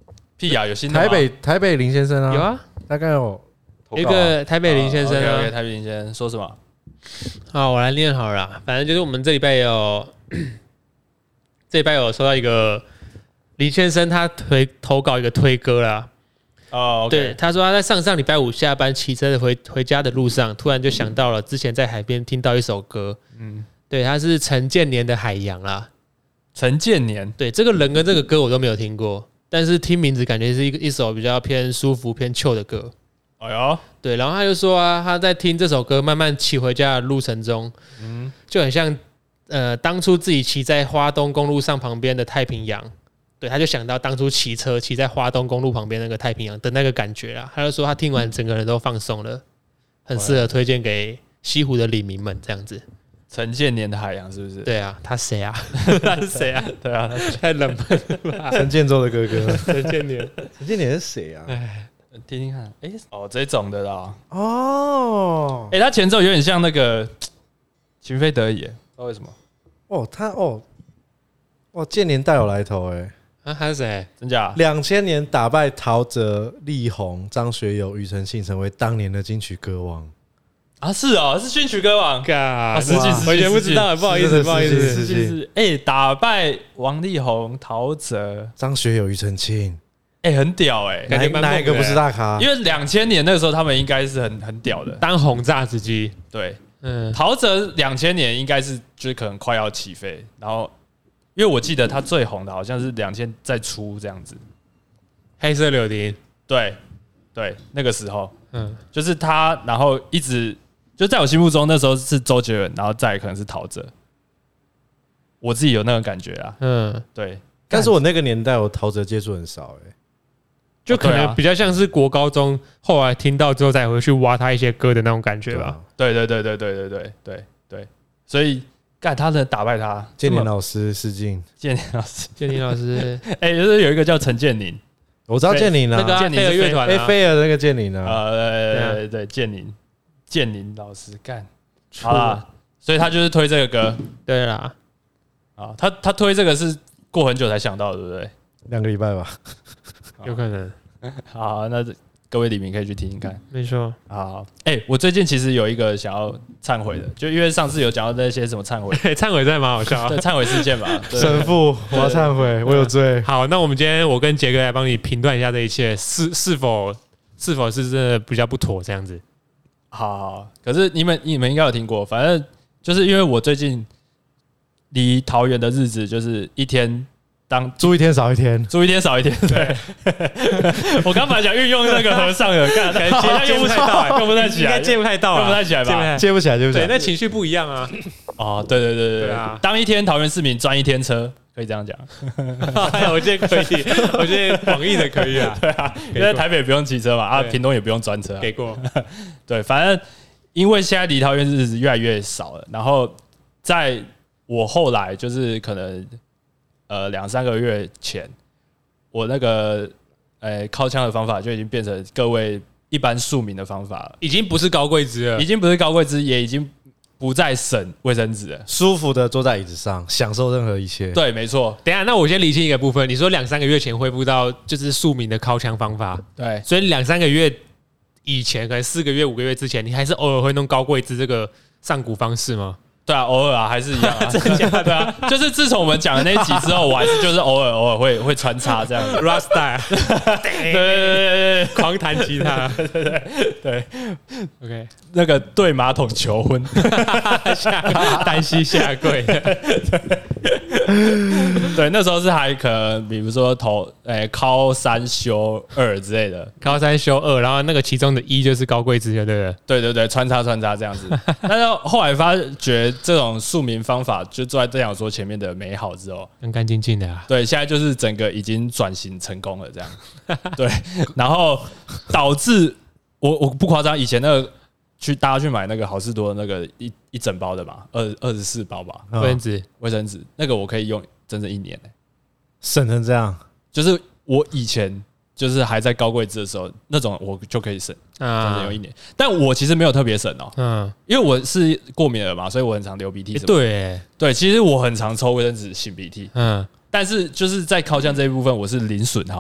Speaker 1: 屁呀，有新的吗
Speaker 2: 台北台北林先生啊，
Speaker 3: 有啊，
Speaker 2: 大概有
Speaker 3: 有一个台北林先生啊，
Speaker 1: OK， 台北林先生说什么？
Speaker 3: 好，我来念好了啦。反正就是我们这礼拜有，这礼拜有收到一个林先生他推投稿一个推歌啦。
Speaker 1: 哦， okay，
Speaker 3: 对，他说他在上上礼拜五下班骑车的回回家的路上，突然就想到了之前在海边听到一首歌，嗯，对，他是陈建年的《海洋》啦。
Speaker 1: 陈建年，
Speaker 3: 对，这个人跟这个歌我都没有听过，但是听名字感觉是一个一首比较偏舒服、偏 chill 的歌。
Speaker 1: 哎呦，
Speaker 3: 对，然后他就说啊，他在听这首歌慢慢骑回家的路程中，嗯，就很像呃当初自己骑在花东公路上旁边的太平洋。对，他就想到当初骑车骑在花东公路旁边那个太平洋的那个感觉啦。他就说他听完整个人都放松了，很适合推荐给西湖的里民们这样子。
Speaker 1: 陈建年的海洋是不是？
Speaker 3: 对啊，他谁啊？他是谁啊？
Speaker 1: 对啊，
Speaker 3: 太冷门了吧？
Speaker 2: 陈建州的哥哥，
Speaker 3: 陈建年，
Speaker 2: 陈建年是谁啊？
Speaker 3: 哎，
Speaker 1: 听听看，哎、欸，哦，这种的啦，
Speaker 2: 哦，
Speaker 1: 哎、欸，他前奏有点像那个情非得已，不知道为什么？
Speaker 2: 哦，他哦，哇，建年大有来头哎。
Speaker 3: 啊，他是谁？
Speaker 1: 真假？
Speaker 2: 两千年打败陶喆、力宏、张学友、庾澄庆，成为当年的金曲歌王
Speaker 1: 啊！是哦，是金曲歌王，
Speaker 3: 啊，
Speaker 1: 实际
Speaker 3: 完全不知道，不好意思，不好意思，
Speaker 2: 实际是
Speaker 1: 哎，打败王力宏、陶喆、
Speaker 2: 张学友、庾澄庆，
Speaker 1: 哎、欸，很屌哎、欸，
Speaker 2: 感觉哪一个不是大咖？
Speaker 1: 因为两千年那个时候他们应该是很很屌的，
Speaker 3: 当红炸子鸡。
Speaker 1: 对，嗯，陶喆两千年应该是就是可能快要起飞，然后。因为我记得他最红的好像是两千再出这样子，
Speaker 3: 黑色柳丁，
Speaker 1: 对对，那个时候，嗯，就是他，然后一直就在我心目中那时候是周杰伦，然后再可能是陶喆，我自己有那种感觉啊，嗯，对。
Speaker 2: 但是我那个年代我陶喆接触很少、欸，哎，
Speaker 3: 就可能比较像是国高中后来听到之后再回去挖他一些歌的那种感觉吧。
Speaker 1: 对对对对对对对对对，所以。干他能打败他，
Speaker 2: 建年老师试镜，
Speaker 1: 建年老师，
Speaker 3: 建年老师，
Speaker 1: 哎、欸，就是有一个叫陈建宁，
Speaker 2: 我知道建宁啊，
Speaker 3: 那个
Speaker 1: 建宁
Speaker 3: 是乐团，
Speaker 2: 哎，飞儿那个建宁啊，
Speaker 1: 呃，对对，建宁，建宁老师干，好啦，所以他就是推这个歌，
Speaker 3: 对啦，
Speaker 1: 啊，他他推这个是过很久才想到的，对不对？
Speaker 2: 两个礼拜吧，
Speaker 3: 有可能。
Speaker 1: 好，那各位里民可以去听听看，
Speaker 3: 没错。
Speaker 1: 好，哎、欸，我最近其实有一个想要忏悔的，就因为上次有讲到那些什么忏悔，
Speaker 3: 忏悔真的蛮好笑，
Speaker 1: 对，忏悔事件嘛。
Speaker 2: 神父，我要忏悔，我有罪。
Speaker 3: 好，那我们今天我跟杰哥来帮你评断一下这一切是是否是否是真的比较不妥这样子。
Speaker 1: 好好，可是你们你们应该有听过，反正就是因为我最近离桃园的日子就是一天。当
Speaker 2: 住一天少一天，
Speaker 1: 住一天少一天。对，我刚本来想运用那个和尚的，感觉用不太到，用不太起来，
Speaker 3: 应该接不太到，
Speaker 1: 用不太起来吧？
Speaker 2: 接不起来，接不起来。
Speaker 3: 对，那情绪不一样啊。
Speaker 1: 哦，对对对对对啊！当一天桃园市民专一天车，可以这样讲。
Speaker 3: 我觉得可以，我觉得广义的可以啊。
Speaker 1: 对啊，因为台北不用骑车嘛，啊，屏东也不用专车。
Speaker 3: 给过。
Speaker 1: 对，反正因为现在离桃园日子越来越少了，然后在我后来就是可能。呃，两三个月前，我那个呃靠枪的方法就已经变成各位一般庶民的方法了，
Speaker 3: 已经不是高贵之了，
Speaker 1: 已经不是高贵之，也已经不再省卫生纸了，
Speaker 2: 舒服的坐在椅子上，享受任何一切。
Speaker 1: 对，没错。
Speaker 3: 等一下，那我先理清一个部分，你说两三个月前恢复到就是庶民的靠枪方法，
Speaker 1: 对，
Speaker 3: 所以两三个月以前，可能四个月、五个月之前，你还是偶尔会弄高贵之这个上古方式吗？
Speaker 1: 对啊，偶尔啊，还是一样啊，真的假的？对啊，就是自从我们讲的那一集之后，我还是就是偶尔偶尔会会穿插这样子
Speaker 3: ，Rasta，
Speaker 1: 对对对对，
Speaker 3: 狂弹吉他，
Speaker 1: 对对对对
Speaker 3: ，OK，
Speaker 1: 那个对马桶求婚，
Speaker 3: 单膝下跪，
Speaker 1: 对，那时候是还可能，比如说头诶考三修二之类的，
Speaker 3: 考三修二，然后那个其中的一就是高贵之，对不对？
Speaker 1: 对对对，穿插穿插这样子，但是后来发觉。这种庶民方法，就坐在邓小说前面的美好之后，
Speaker 3: 干干净净的啊。
Speaker 1: 对，现在就是整个已经转型成功了，这样。对，然后导致我我不夸张，以前那个去大家去买那个好事多那个一一整包的嘛，二二十四包吧，
Speaker 3: 卫生纸，
Speaker 1: 卫生纸那个我可以用整整一年呢、欸，
Speaker 2: 省成这样。
Speaker 1: 就是我以前。就是还在高贵之的时候，那种我就可以省，整整用一年。但我其实没有特别省哦，嗯，因为我是过敏了嘛，所以我很常流鼻涕什么。
Speaker 3: 对
Speaker 1: 对，其实我很常抽卫生纸擤鼻涕，嗯，但是就是在靠枪这一部分，我是零损耗，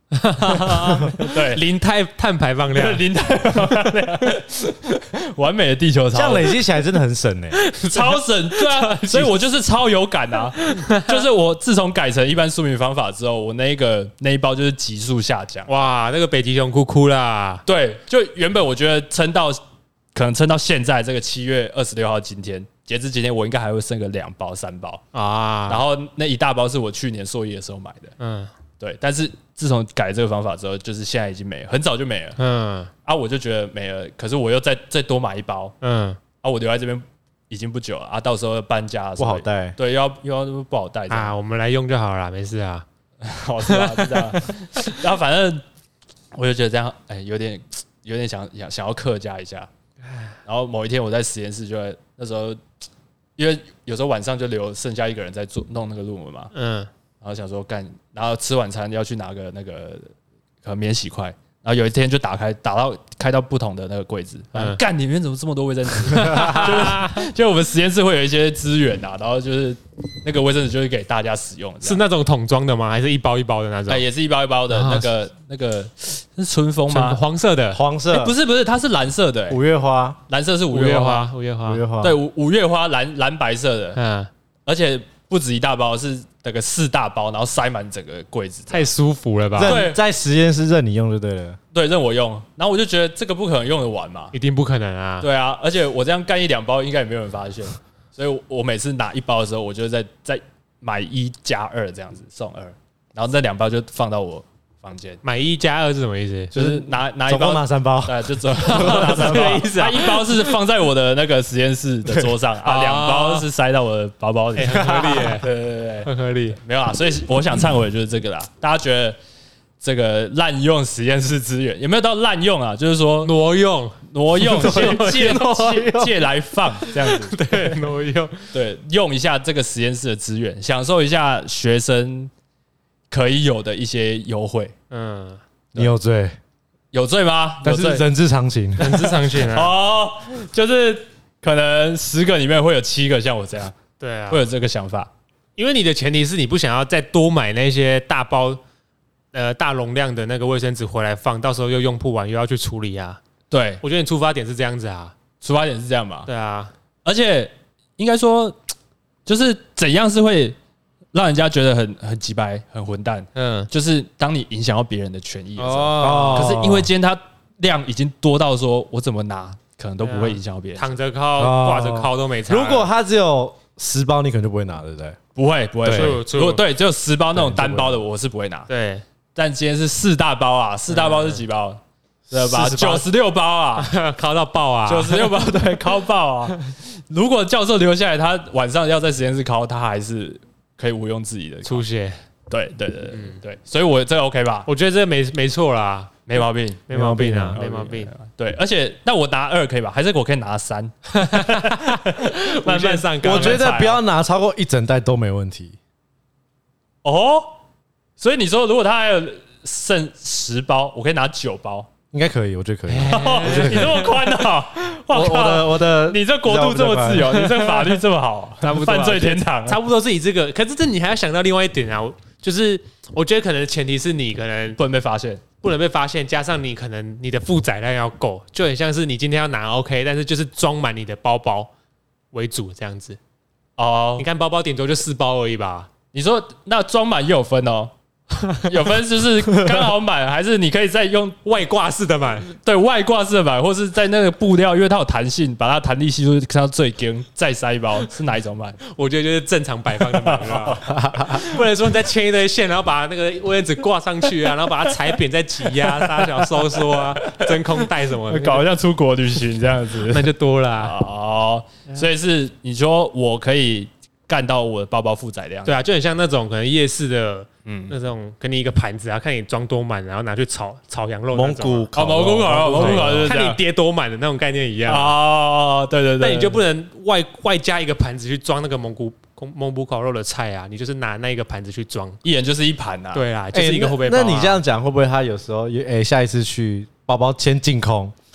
Speaker 1: 对，
Speaker 3: 零碳碳排放量，
Speaker 1: 零碳排放量，完美的地球超人，
Speaker 2: 这样累积起来真的很省哎，
Speaker 1: 超省，对啊，所以我就是超有感啊，就是我自从改成一般宿命方法之后，我那一个那一包就是急速下降，
Speaker 3: 哇，那个北极熊哭哭啦，
Speaker 1: 对，就原本我觉得撑到可能撑到现在这个七月二十六号今天。截至今天，我应该还会剩个两包、三包啊，然后那一大包是我去年硕一的时候买的，嗯，对。但是自从改这个方法之后，就是现在已经没了，很早就没了，嗯。啊，我就觉得没了，可是我又再再多买一包，嗯。啊，我留在这边已经不久了啊，到时候搬家
Speaker 2: 不好带，
Speaker 1: 对，要又要不好带
Speaker 3: 啊，我们来用就好了，没事啊。
Speaker 1: 好是吧？是这样。然后反正我就觉得这样，哎，有点有点想想想要客家一下。然后某一天我在实验室，就在那时候。因为有时候晚上就留剩下一个人在做弄那个论文嘛，嗯，然后想说干，然后吃晚餐要去拿个那个可能免洗筷，然后有一天就打开打到开到不同的那个柜子，嗯，干里面怎么这么多卫生纸？就是就我们实验室会有一些资源啊，然后就是那个卫生纸就是给大家使用，
Speaker 3: 是那种桶装的吗？还是一包一包的那种？
Speaker 1: 哎，也是一包一包的，那个那个是春风吗？
Speaker 3: 黄色的，
Speaker 2: 黄色
Speaker 1: 不是不是，它是蓝色的，
Speaker 2: 五月花，
Speaker 1: 蓝色是五月花，
Speaker 3: 五月花，
Speaker 2: 五月花，
Speaker 1: 对，五五月花蓝蓝白色的，嗯，而且不止一大包，是那个四大包，然后塞满整个柜子，
Speaker 3: 太舒服了吧？
Speaker 2: 对，在实验室任你用就对了，
Speaker 1: 对，任我用。然后我就觉得这个不可能用得完嘛，
Speaker 3: 一定不可能啊！
Speaker 1: 对啊，而且我这样干一两包，应该也没有人发现，所以我每次拿一包的时候，我就再再买一加二这样子送二，然后这两包就放到我房间。
Speaker 3: 买一加二是什么意思？
Speaker 1: 就是拿拿一包
Speaker 2: 拿三包，
Speaker 1: 对，就总拿三包意思啊。一包是放在我的那个实验室的桌上啊，两包是塞到我的包包里，
Speaker 3: 很合理，
Speaker 1: 对对对，
Speaker 3: 很合理。
Speaker 1: 没有啊，所以我想忏悔就是这个啦。大家觉得这个滥用实验室资源有没有到滥用啊？就是说
Speaker 3: 挪用、
Speaker 1: 挪用、借借借来放这样子，
Speaker 3: 对，挪用，
Speaker 1: 对，用一下这个实验室的资源，享受一下学生可以有的一些优惠。嗯，
Speaker 2: 你有罪？
Speaker 1: 有罪吗？
Speaker 2: 但是人之常情，
Speaker 3: 人之常情啊。
Speaker 1: 哦，就是可能十个里面会有七个像我这样，
Speaker 3: 对啊，
Speaker 1: 会有这个想法。
Speaker 3: 因为你的前提是你不想要再多买那些大包。呃，大容量的那个卫生纸回来放，到时候又用不完，又要去处理啊。
Speaker 1: 对，
Speaker 3: 我觉得你出发点是这样子啊，
Speaker 1: 出发点是这样吧？
Speaker 3: 对啊，
Speaker 1: 而且应该说，就是怎样是会让人家觉得很很鸡掰、很混蛋。嗯，就是当你影响到别人的权益的时候，哦、可是因为今天它量已经多到说，我怎么拿可能都不会影响到别人，
Speaker 3: 躺着靠、挂着靠都没差。
Speaker 2: 如果它只有十包，你可能就不会拿，对不对？
Speaker 1: 不会，不会。如果对只有十包那种单包的，我是不会拿。
Speaker 3: 对。
Speaker 1: 但今天是四大包啊，四大包是几包？对吧？九十六包啊，
Speaker 3: 考到爆啊！
Speaker 1: 九十六包，对，考爆啊！如果教授留下来，他晚上要在实验室考，他还是可以毋庸置疑的
Speaker 3: 出血。
Speaker 1: 对对对对对，所以我这个 OK 吧？
Speaker 3: 我觉得这没没错啦，
Speaker 1: 没毛病，
Speaker 3: 没毛病啊，没毛病。
Speaker 1: 对，而且那我拿二可以吧？还是我可以拿三？
Speaker 3: 慢慢上纲。
Speaker 2: 我觉得不要拿超过一整袋都没问题。
Speaker 1: 哦。所以你说，如果他还有剩十包，我可以拿九包，
Speaker 2: 应该可以，我觉得可以。
Speaker 1: 你这么宽啊！
Speaker 2: 我的我的，
Speaker 1: 你这国度这么自由，你这法律这么好，犯罪天堂，
Speaker 3: 差不多是以这个。可是这你还要想到另外一点啊，就是我觉得可能前提是你可能
Speaker 1: 不能被发现，
Speaker 3: 不能被发现，加上你可能你的负载量要够，就很像是你今天要拿 OK， 但是就是装满你的包包为主这样子。哦，你看包包顶多就四包而已吧？
Speaker 1: 你说那装满也有分哦。有分就是刚好买，还是你可以再用
Speaker 3: 外挂式的买？
Speaker 1: 对，外挂式的买，或是在那个布料，因为它有弹性，把它弹力系数看到最尖，再塞一包，是哪一种买？
Speaker 3: 我觉得就是正常摆放的买，不能说你再牵一堆线，然后把那个卫生纸挂上去啊，然后把它踩扁再挤压、大小收缩啊、真空袋什么的，
Speaker 1: 搞得像出国旅行这样子，
Speaker 3: 那就多了啊。
Speaker 1: 哦，所以是你说我可以干到我的包包负载量？
Speaker 3: 对啊，就很像那种可能夜市的。嗯，那种给你一个盘子啊，看你装多满，然后拿去炒炒羊肉、
Speaker 2: 蒙古
Speaker 1: 烤、蒙古烤肉、蒙古烤肉，
Speaker 3: 看你叠多满的那种概念一样
Speaker 1: 哦。对对对，
Speaker 3: 那你就不能外外加一个盘子去装那个蒙古蒙古烤肉的菜啊，你就是拿那一个盘子去装，
Speaker 1: 一人就是一盘啊。
Speaker 3: 对啊，就是一个后背包。
Speaker 2: 那你这样讲会不会他有时候诶下一次去包包先净空，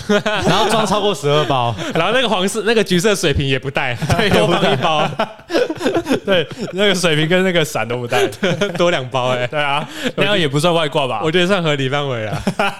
Speaker 2: 然后装超过十二包，
Speaker 3: 然后那个黄色、那个橘色水瓶也不带，多放一包。
Speaker 1: 对，那个水瓶跟那个伞都不带，
Speaker 3: 多两包哎、欸。
Speaker 1: 对啊，那样也不算外挂吧？
Speaker 3: 我觉得算合理范围了。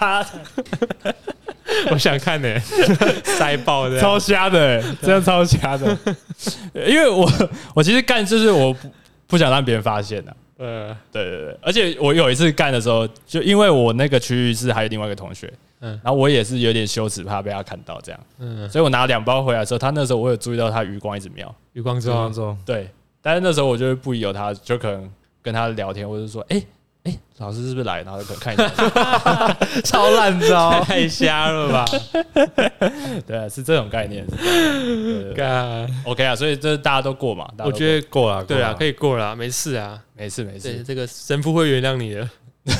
Speaker 3: 我想看呢、欸，塞爆的，
Speaker 1: 超瞎的、欸，这样超瞎的。因为我我其实干就是我不不想让别人发现的、啊。呃，对对对，而且我有一次干的时候，就因为我那个区域是还有另外一个同学，嗯，然后我也是有点羞耻，怕被他看到这样，嗯，所以我拿两包回来的时候，他那时候我有注意到他余光一直瞄，
Speaker 3: 余光中，
Speaker 1: 对，但是那时候我就会不疑有他，就可能跟他聊天，或者说，哎、欸。哎、欸，老师是不是来？然后可能看一下，
Speaker 2: 超烂招，
Speaker 3: 太瞎了吧？
Speaker 1: 对啊，是这种概念。对对 OK 啊，所以这大家都过嘛。
Speaker 3: 我觉得
Speaker 2: 过了，
Speaker 3: 对啊，可以过了，没事啊，
Speaker 1: 没事没事。
Speaker 3: 这个神父会原谅你的。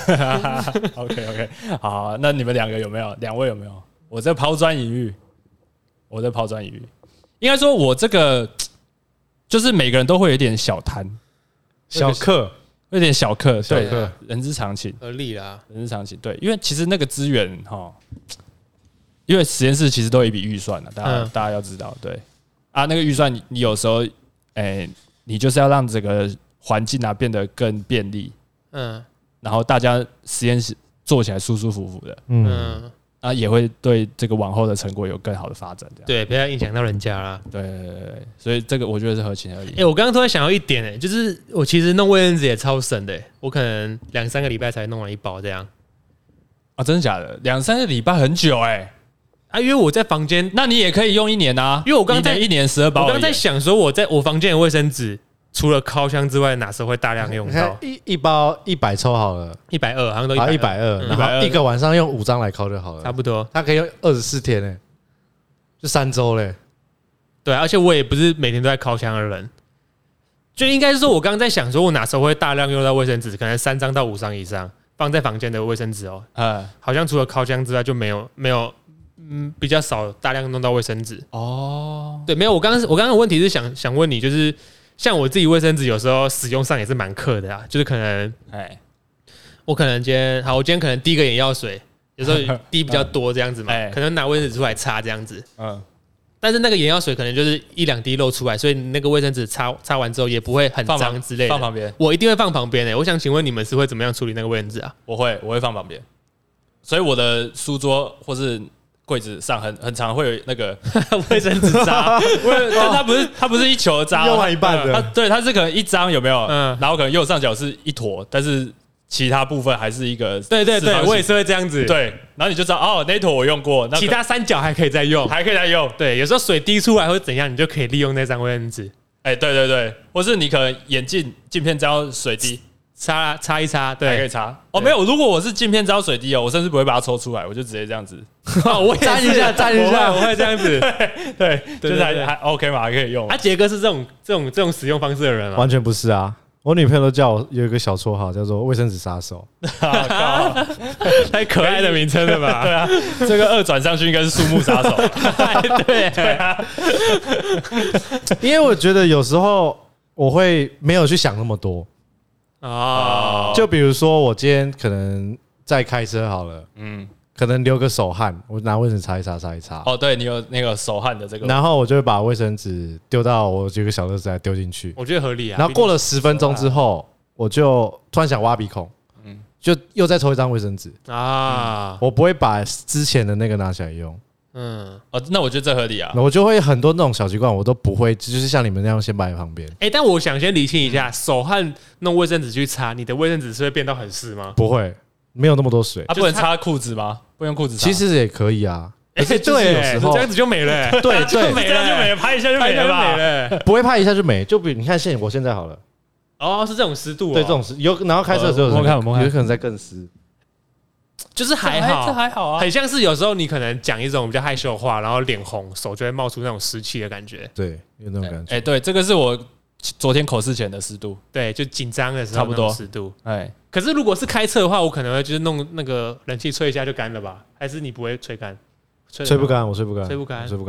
Speaker 1: OK OK， 好，那你们两个有没有？两位有没有？我这抛砖引玉，我这抛砖引玉。应该说，我这个就是每个人都会有一点小贪、
Speaker 2: 小氪。
Speaker 1: 有点小氪，
Speaker 2: 对，
Speaker 1: 人之常情，
Speaker 3: 合理啦，
Speaker 1: 人之常情。对，因为其实那个资源哈，因为实验室其实都有一笔预算的，大家、嗯、大家要知道，对啊，那个预算你你有时候，哎、欸，你就是要让这个环境啊变得更便利，嗯，然后大家实验室做起来舒舒服服的，嗯。啊，也会对这个往后的成果有更好的发展，这样
Speaker 3: 对，不要影响到人家啦。
Speaker 1: 对对对对，所以这个我觉得是合情合理。
Speaker 3: 哎、欸，我刚刚突然想到一点、欸，哎，就是我其实弄卫生纸也超省的、欸，我可能两三个礼拜才弄完一包这样。
Speaker 1: 啊，真的假的？两三个礼拜很久哎、欸。
Speaker 3: 啊，因为我在房间，
Speaker 1: 那你也可以用一年啊。
Speaker 3: 因为我刚才
Speaker 1: 一年十二包，
Speaker 3: 我刚在想说，我在我房间的卫生纸。除了烤箱之外，哪时候会大量用到？
Speaker 2: 一一包一百抽好了，
Speaker 3: 一百二好像都
Speaker 2: 一百二，然后一个晚上用五张来烤就好了，
Speaker 3: 差不多。
Speaker 2: 它可以用二十四天呢，就三周嘞。
Speaker 3: 对，而且我也不是每天都在烤箱的人，就应该是说，我刚刚在想，说我哪时候会大量用到卫生纸？可能三张到五张以上放在房间的卫生纸哦。嗯，好像除了烤箱之外，就没有没有，嗯，比较少大量弄到卫生纸。哦，对，没有。我刚刚我刚刚的问题是想想问你，就是。像我自己卫生纸有时候使用上也是蛮克的啊，就是可能，哎，我可能今天好，我今天可能滴个眼药水，有时候滴比较多这样子嘛，可能拿卫生纸出来擦这样子，嗯，但是那个眼药水可能就是一两滴漏出来，所以你那个卫生纸擦擦完之后也不会很脏之类的，
Speaker 1: 放旁边，
Speaker 3: 我一定会放旁边诶、欸。我想请问你们是会怎么样处理那个卫生纸啊？
Speaker 1: 我会，我会放旁边，所以我的书桌或是。柜子上很很常会有那个
Speaker 3: 卫生纸渣，
Speaker 1: 但它不是它不是一球的渣，
Speaker 2: 用完一半的，
Speaker 1: 它对它是可能一张有没有？嗯，然后可能右上角是一坨，但是其他部分还是一个。
Speaker 3: 对对对，我也是会这样子。
Speaker 1: 对，然后你就知道哦，那一坨我用过，
Speaker 3: 其他三角还可以再用，
Speaker 1: 还可以再用。
Speaker 3: 对，有时候水滴出来或者怎样，你就可以利用那张卫生纸。
Speaker 1: 哎、欸，对对对，或是你可能眼镜镜片沾水滴。
Speaker 3: 擦擦一擦，对，
Speaker 1: 还可以擦。哦，没有，如果我是镜片沾水滴哦，我甚至不会把它抽出来，我就直接这样子。
Speaker 3: 哦，我
Speaker 2: 沾一下，沾一下，
Speaker 3: 我会这样子。
Speaker 1: 对，就是还还 OK 嘛，还可以用。
Speaker 3: 啊，杰哥是这种这种这种使用方式的人吗？
Speaker 2: 完全不是啊，我女朋友都叫我有一个小绰号叫做卫生纸杀手，
Speaker 3: 太可爱的名称了吧？
Speaker 1: 对啊，这个二转上去应该是树木杀手。
Speaker 3: 对对啊，
Speaker 2: 因为我觉得有时候我会没有去想那么多。
Speaker 3: 哦，
Speaker 2: 就比如说我今天可能在开车好了，嗯，可能流个手汗，我拿卫生纸擦一擦，擦一擦。
Speaker 1: 哦，对你有那个手汗的这个，
Speaker 2: 然后我就会把卫生纸丢到我有个小垃圾袋丢进去，
Speaker 3: 我觉得合理啊。
Speaker 2: 然后过了十分钟之后，我就突然想挖鼻孔，嗯，就又再抽一张卫生纸啊，我不会把之前的那个拿起来用。
Speaker 1: 嗯，哦，那我觉得这合理啊。
Speaker 2: 我就会很多那种小习惯，我都不会，就是像你们那样先摆在旁边。
Speaker 3: 哎、欸，但我想先理清一下，手汗弄卫生纸去擦，你的卫生纸是会变到很湿吗？
Speaker 2: 不会，没有那么多水。
Speaker 1: 啊，不能擦裤子吗？不用裤子擦？
Speaker 2: 其实也可以啊。
Speaker 3: 哎、欸，对，有时候这样子就没了、欸。
Speaker 2: 对对，
Speaker 1: 就没了，就没了，拍一下就没了吧？
Speaker 2: 不会拍一下就没。就比你看现我现在好了。
Speaker 3: 哦，是这种湿度、哦。
Speaker 2: 对，这种湿有，然后开车的时候有可能在更湿。
Speaker 3: 就是还好，
Speaker 1: 这还好啊，
Speaker 3: 很像是有时候你可能讲一种比较害羞的话，然后脸红，手就会冒出那种湿气的感觉。
Speaker 2: 对，有那种感觉。
Speaker 1: 哎、欸，对，这个是我昨天口试前的湿度，
Speaker 3: 对，就紧张的时候
Speaker 1: 差不多
Speaker 3: 湿度。
Speaker 1: 哎、欸，
Speaker 3: 可是如果是开车的话，我可能会就是弄那个冷气吹一下就干了吧？还是你不会吹干？
Speaker 2: 吹不干，我吹不干，
Speaker 3: 吹不干，
Speaker 2: 吹不干。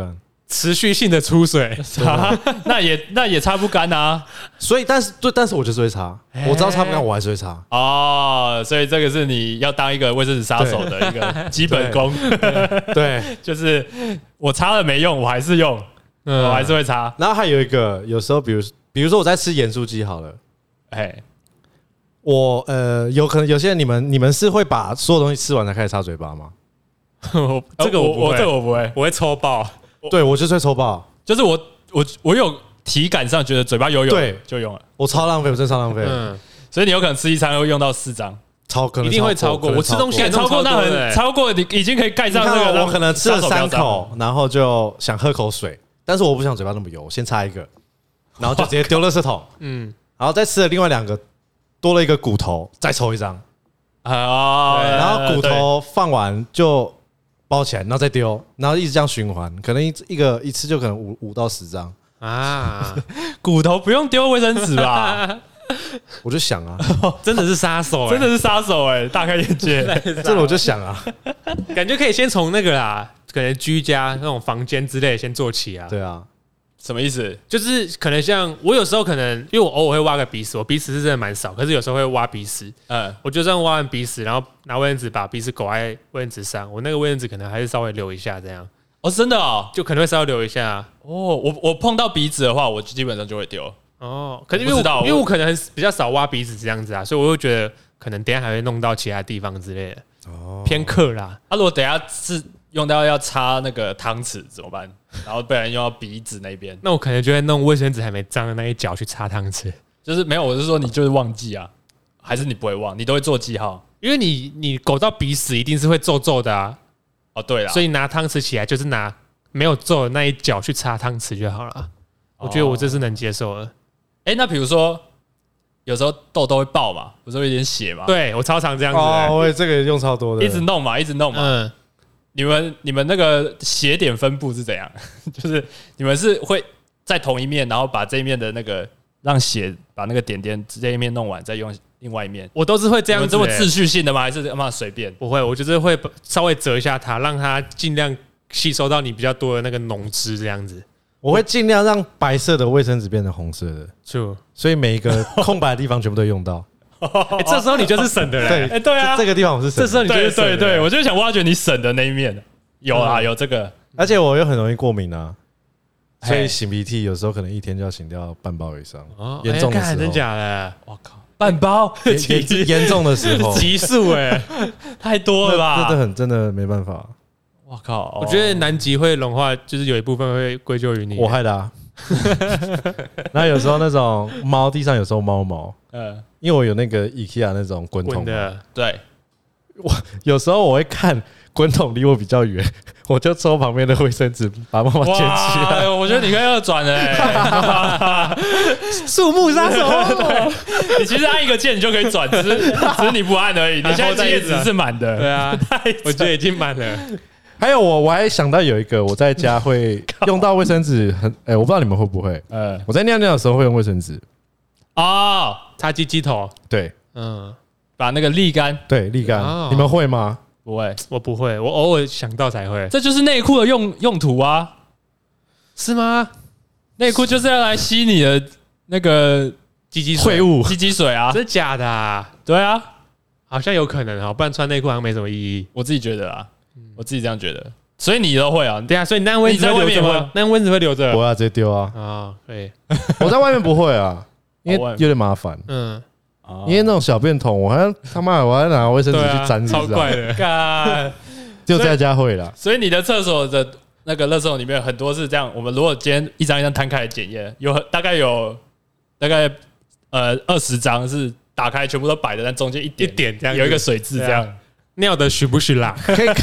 Speaker 3: 持续性的出水，
Speaker 1: 那也那也擦不干啊。
Speaker 2: 所以，但是对，但是我就是会擦，我知道擦不干，我还是会擦。
Speaker 1: 哦，所以这个是你要当一个卫生纸杀手的一个基本功。
Speaker 2: 对，
Speaker 1: 就是我擦了没用，我还是用，我还是会擦。
Speaker 2: 然后还有一个，有时候比如比如说我在吃盐酥鸡好了，哎，我呃有可能有些人你们你们是会把所有东西吃完才开始擦嘴巴吗？
Speaker 3: 这个我不会，
Speaker 1: 这个我不会，
Speaker 3: 我会抽爆。
Speaker 2: 对，我就是会抽爆，
Speaker 1: 就是我我我有体感上觉得嘴巴有油，
Speaker 2: 对，
Speaker 1: 就用了。
Speaker 2: 我超浪费，我真的超浪费。嗯，
Speaker 1: 所以你有可能吃一餐会用到四张，
Speaker 2: 超可能
Speaker 3: 一定会超过。我吃东西
Speaker 1: 超过那很超过，你已经可以盖上那个。
Speaker 2: 我可能吃了三口，然后就想喝口水，但是我不想嘴巴那么油，我先擦一个，然后就直接丢垃圾桶。嗯，然后再吃了另外两个，多了一个骨头，再抽一张。啊，然后骨头放完就包起来，然后再丢，然后一直这样循环，可能一一个一次就可能五五到十张
Speaker 1: 啊。骨头不用丢卫生纸吧？
Speaker 2: 我就想啊，
Speaker 3: 真的是杀手，
Speaker 1: 真的是杀手哎，大开眼界。
Speaker 2: 这个我就想啊，
Speaker 3: 感觉可以先从那个啦，可能居家那种房间之类先做起啊。
Speaker 2: 对啊。
Speaker 1: 什么意思？
Speaker 3: 就是可能像我有时候可能，因为我偶尔会挖个鼻屎，我鼻屎是真的蛮少，可是有时候会挖鼻屎。嗯，我就这样挖完鼻屎，然后拿卫生纸把鼻屎勾在卫生纸上，我那个卫生纸可能还是稍微留一下这样。
Speaker 1: 哦，真的哦，
Speaker 3: 就可能会稍微留一下。
Speaker 1: 哦，我我碰到鼻子的话，我基本上就会丢。
Speaker 3: 哦，可是因为我因为我可能比较少挖鼻子这样子啊，所以我会觉得可能等一下还会弄到其他地方之类的。哦，偏刻啦。
Speaker 1: 啊，如果等一下是用到要擦那个汤匙怎么办？然后不然用到鼻子那边，
Speaker 3: 那我可能就会弄卫生纸还没脏的那一角去擦汤匙。
Speaker 1: 就是没有，我是说你就是忘记啊，还是你不会忘？你都会做记号，
Speaker 3: 因为你你勾到鼻屎一定是会皱皱的啊。
Speaker 1: 哦，对了，
Speaker 3: 所以拿汤匙起来就是拿没有皱的那一角去擦汤匙就好了。我觉得我这是能接受的。
Speaker 1: 哎、欸，那比如说有时候痘痘会爆嘛，不是会有点血嘛？
Speaker 3: 对我超常这样子、
Speaker 2: 欸。哦，我也这个用超多的，
Speaker 1: 一直弄嘛，一直弄嘛。嗯。你们你们那个血点分布是怎样？就是你们是会在同一面，然后把这一面的那个让血把那个点点这一面弄完，再用另外一面。
Speaker 3: 我都是会这样子、欸，
Speaker 1: 这么秩序性的吗？还是嘛随便？
Speaker 3: 不会，我就是会稍微折一下它，让它尽量吸收到你比较多的那个脓汁，这样子。
Speaker 2: 我会尽量让白色的卫生纸变成红色的，
Speaker 3: 就
Speaker 2: 所以每一个空白的地方全部都用到。
Speaker 3: 欸、这时候你就是省的人，
Speaker 2: 对，
Speaker 1: 欸、对啊，
Speaker 2: 这个地方我是省的。
Speaker 3: 这时候你就是省的，
Speaker 1: 对对对，我就想挖掘你省的那一面。有啊，有这个，
Speaker 2: 而且我又很容易过敏啊，所以擤鼻涕有时候可能一天就要擤掉半包以上。哦，严重的时候，
Speaker 3: 真假的？
Speaker 1: 我靠，半包，
Speaker 2: 严重的时候，
Speaker 3: 急速哎，
Speaker 1: 太多了吧？
Speaker 2: 真的很真的没办法。
Speaker 1: 我靠，
Speaker 3: 我觉得南极会融化，就是有一部分会归咎于你，
Speaker 2: 我害的啊。然后有时候那种猫地上有时候猫毛，嗯，因为我有那个 IKEA 那种滚筒的，
Speaker 1: 对，
Speaker 2: 我有时候我会看滚筒离我比较远，我就抽旁边的卫生纸把猫毛捡起来。
Speaker 1: 我觉得你可以二转哎，
Speaker 3: 树木杀手，
Speaker 1: 你其实按一个键你就可以转，只是只是你不按而已。你现在经验值是满的，
Speaker 3: 对啊，我觉得已经满了。
Speaker 2: 还有我我还想到有一个，我在家会用到卫生纸，很哎、欸，我不知道你们会不会，呃，我在尿尿的时候会用卫生纸
Speaker 1: 哦，
Speaker 3: 擦鸡鸡头，
Speaker 2: 对，
Speaker 1: 嗯，把那个沥干，
Speaker 2: 对，沥干，哦、你们会吗？
Speaker 1: 不会，
Speaker 3: 我不会，我偶尔想到才会。
Speaker 1: 这就是内裤的用用途啊，
Speaker 3: 是吗？
Speaker 1: 内裤就是要来吸你的那个
Speaker 3: 鸡鸡
Speaker 2: 秽物、
Speaker 1: 鸡鸡水啊，
Speaker 3: 真的假的啊？
Speaker 1: 对啊，
Speaker 3: 好像有可能啊，不然穿内裤好像没什么意义。
Speaker 1: 我自己觉得啊。我自己这样觉得，所以你都会啊？
Speaker 3: 对啊，所以你那卫生纸会留着吗？那卫生纸会留着？
Speaker 2: 不要直接丢啊！
Speaker 3: 啊，对，
Speaker 2: 我在外面不会啊，因为有点麻烦。嗯，因为那种小便桶，我还要他妈我还拿卫生纸去沾，
Speaker 3: 超怪的。
Speaker 1: 干，
Speaker 2: 就在家会啦。
Speaker 1: 所以你的厕所的那个垃圾桶里面很多是这样。我们如果今天一张一张摊开来检验，有大概有大概呃二十张是打开全部都摆的，但中间一点
Speaker 3: 一点这样
Speaker 1: 有一个水渍这样。
Speaker 3: 尿的许不许啦？
Speaker 2: 可以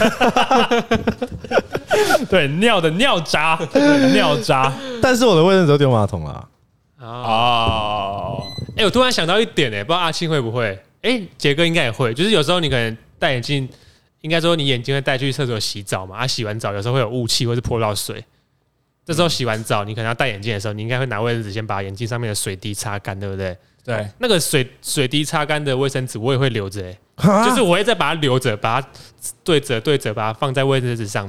Speaker 1: 对，尿的尿渣，尿渣。
Speaker 2: 但是我的卫生纸都丢马桶了。
Speaker 3: 哦，哎、欸，我突然想到一点、欸，哎，不知道阿庆会不会？哎、欸，杰哥应该也会。就是有时候你可能戴眼镜，应该说你眼镜会带去厕所洗澡嘛。啊，洗完澡有时候会有雾气或是泼到水。这时候洗完澡，你可能要戴眼镜的时候，你应该会拿卫生纸先把眼镜上面的水滴擦干，对不对？
Speaker 1: 对，
Speaker 3: 那个水水滴擦干的卫生纸我也会留着、欸，就是我会再把它留着，把它对折对折，把它放在卫生纸上面。
Speaker 2: 等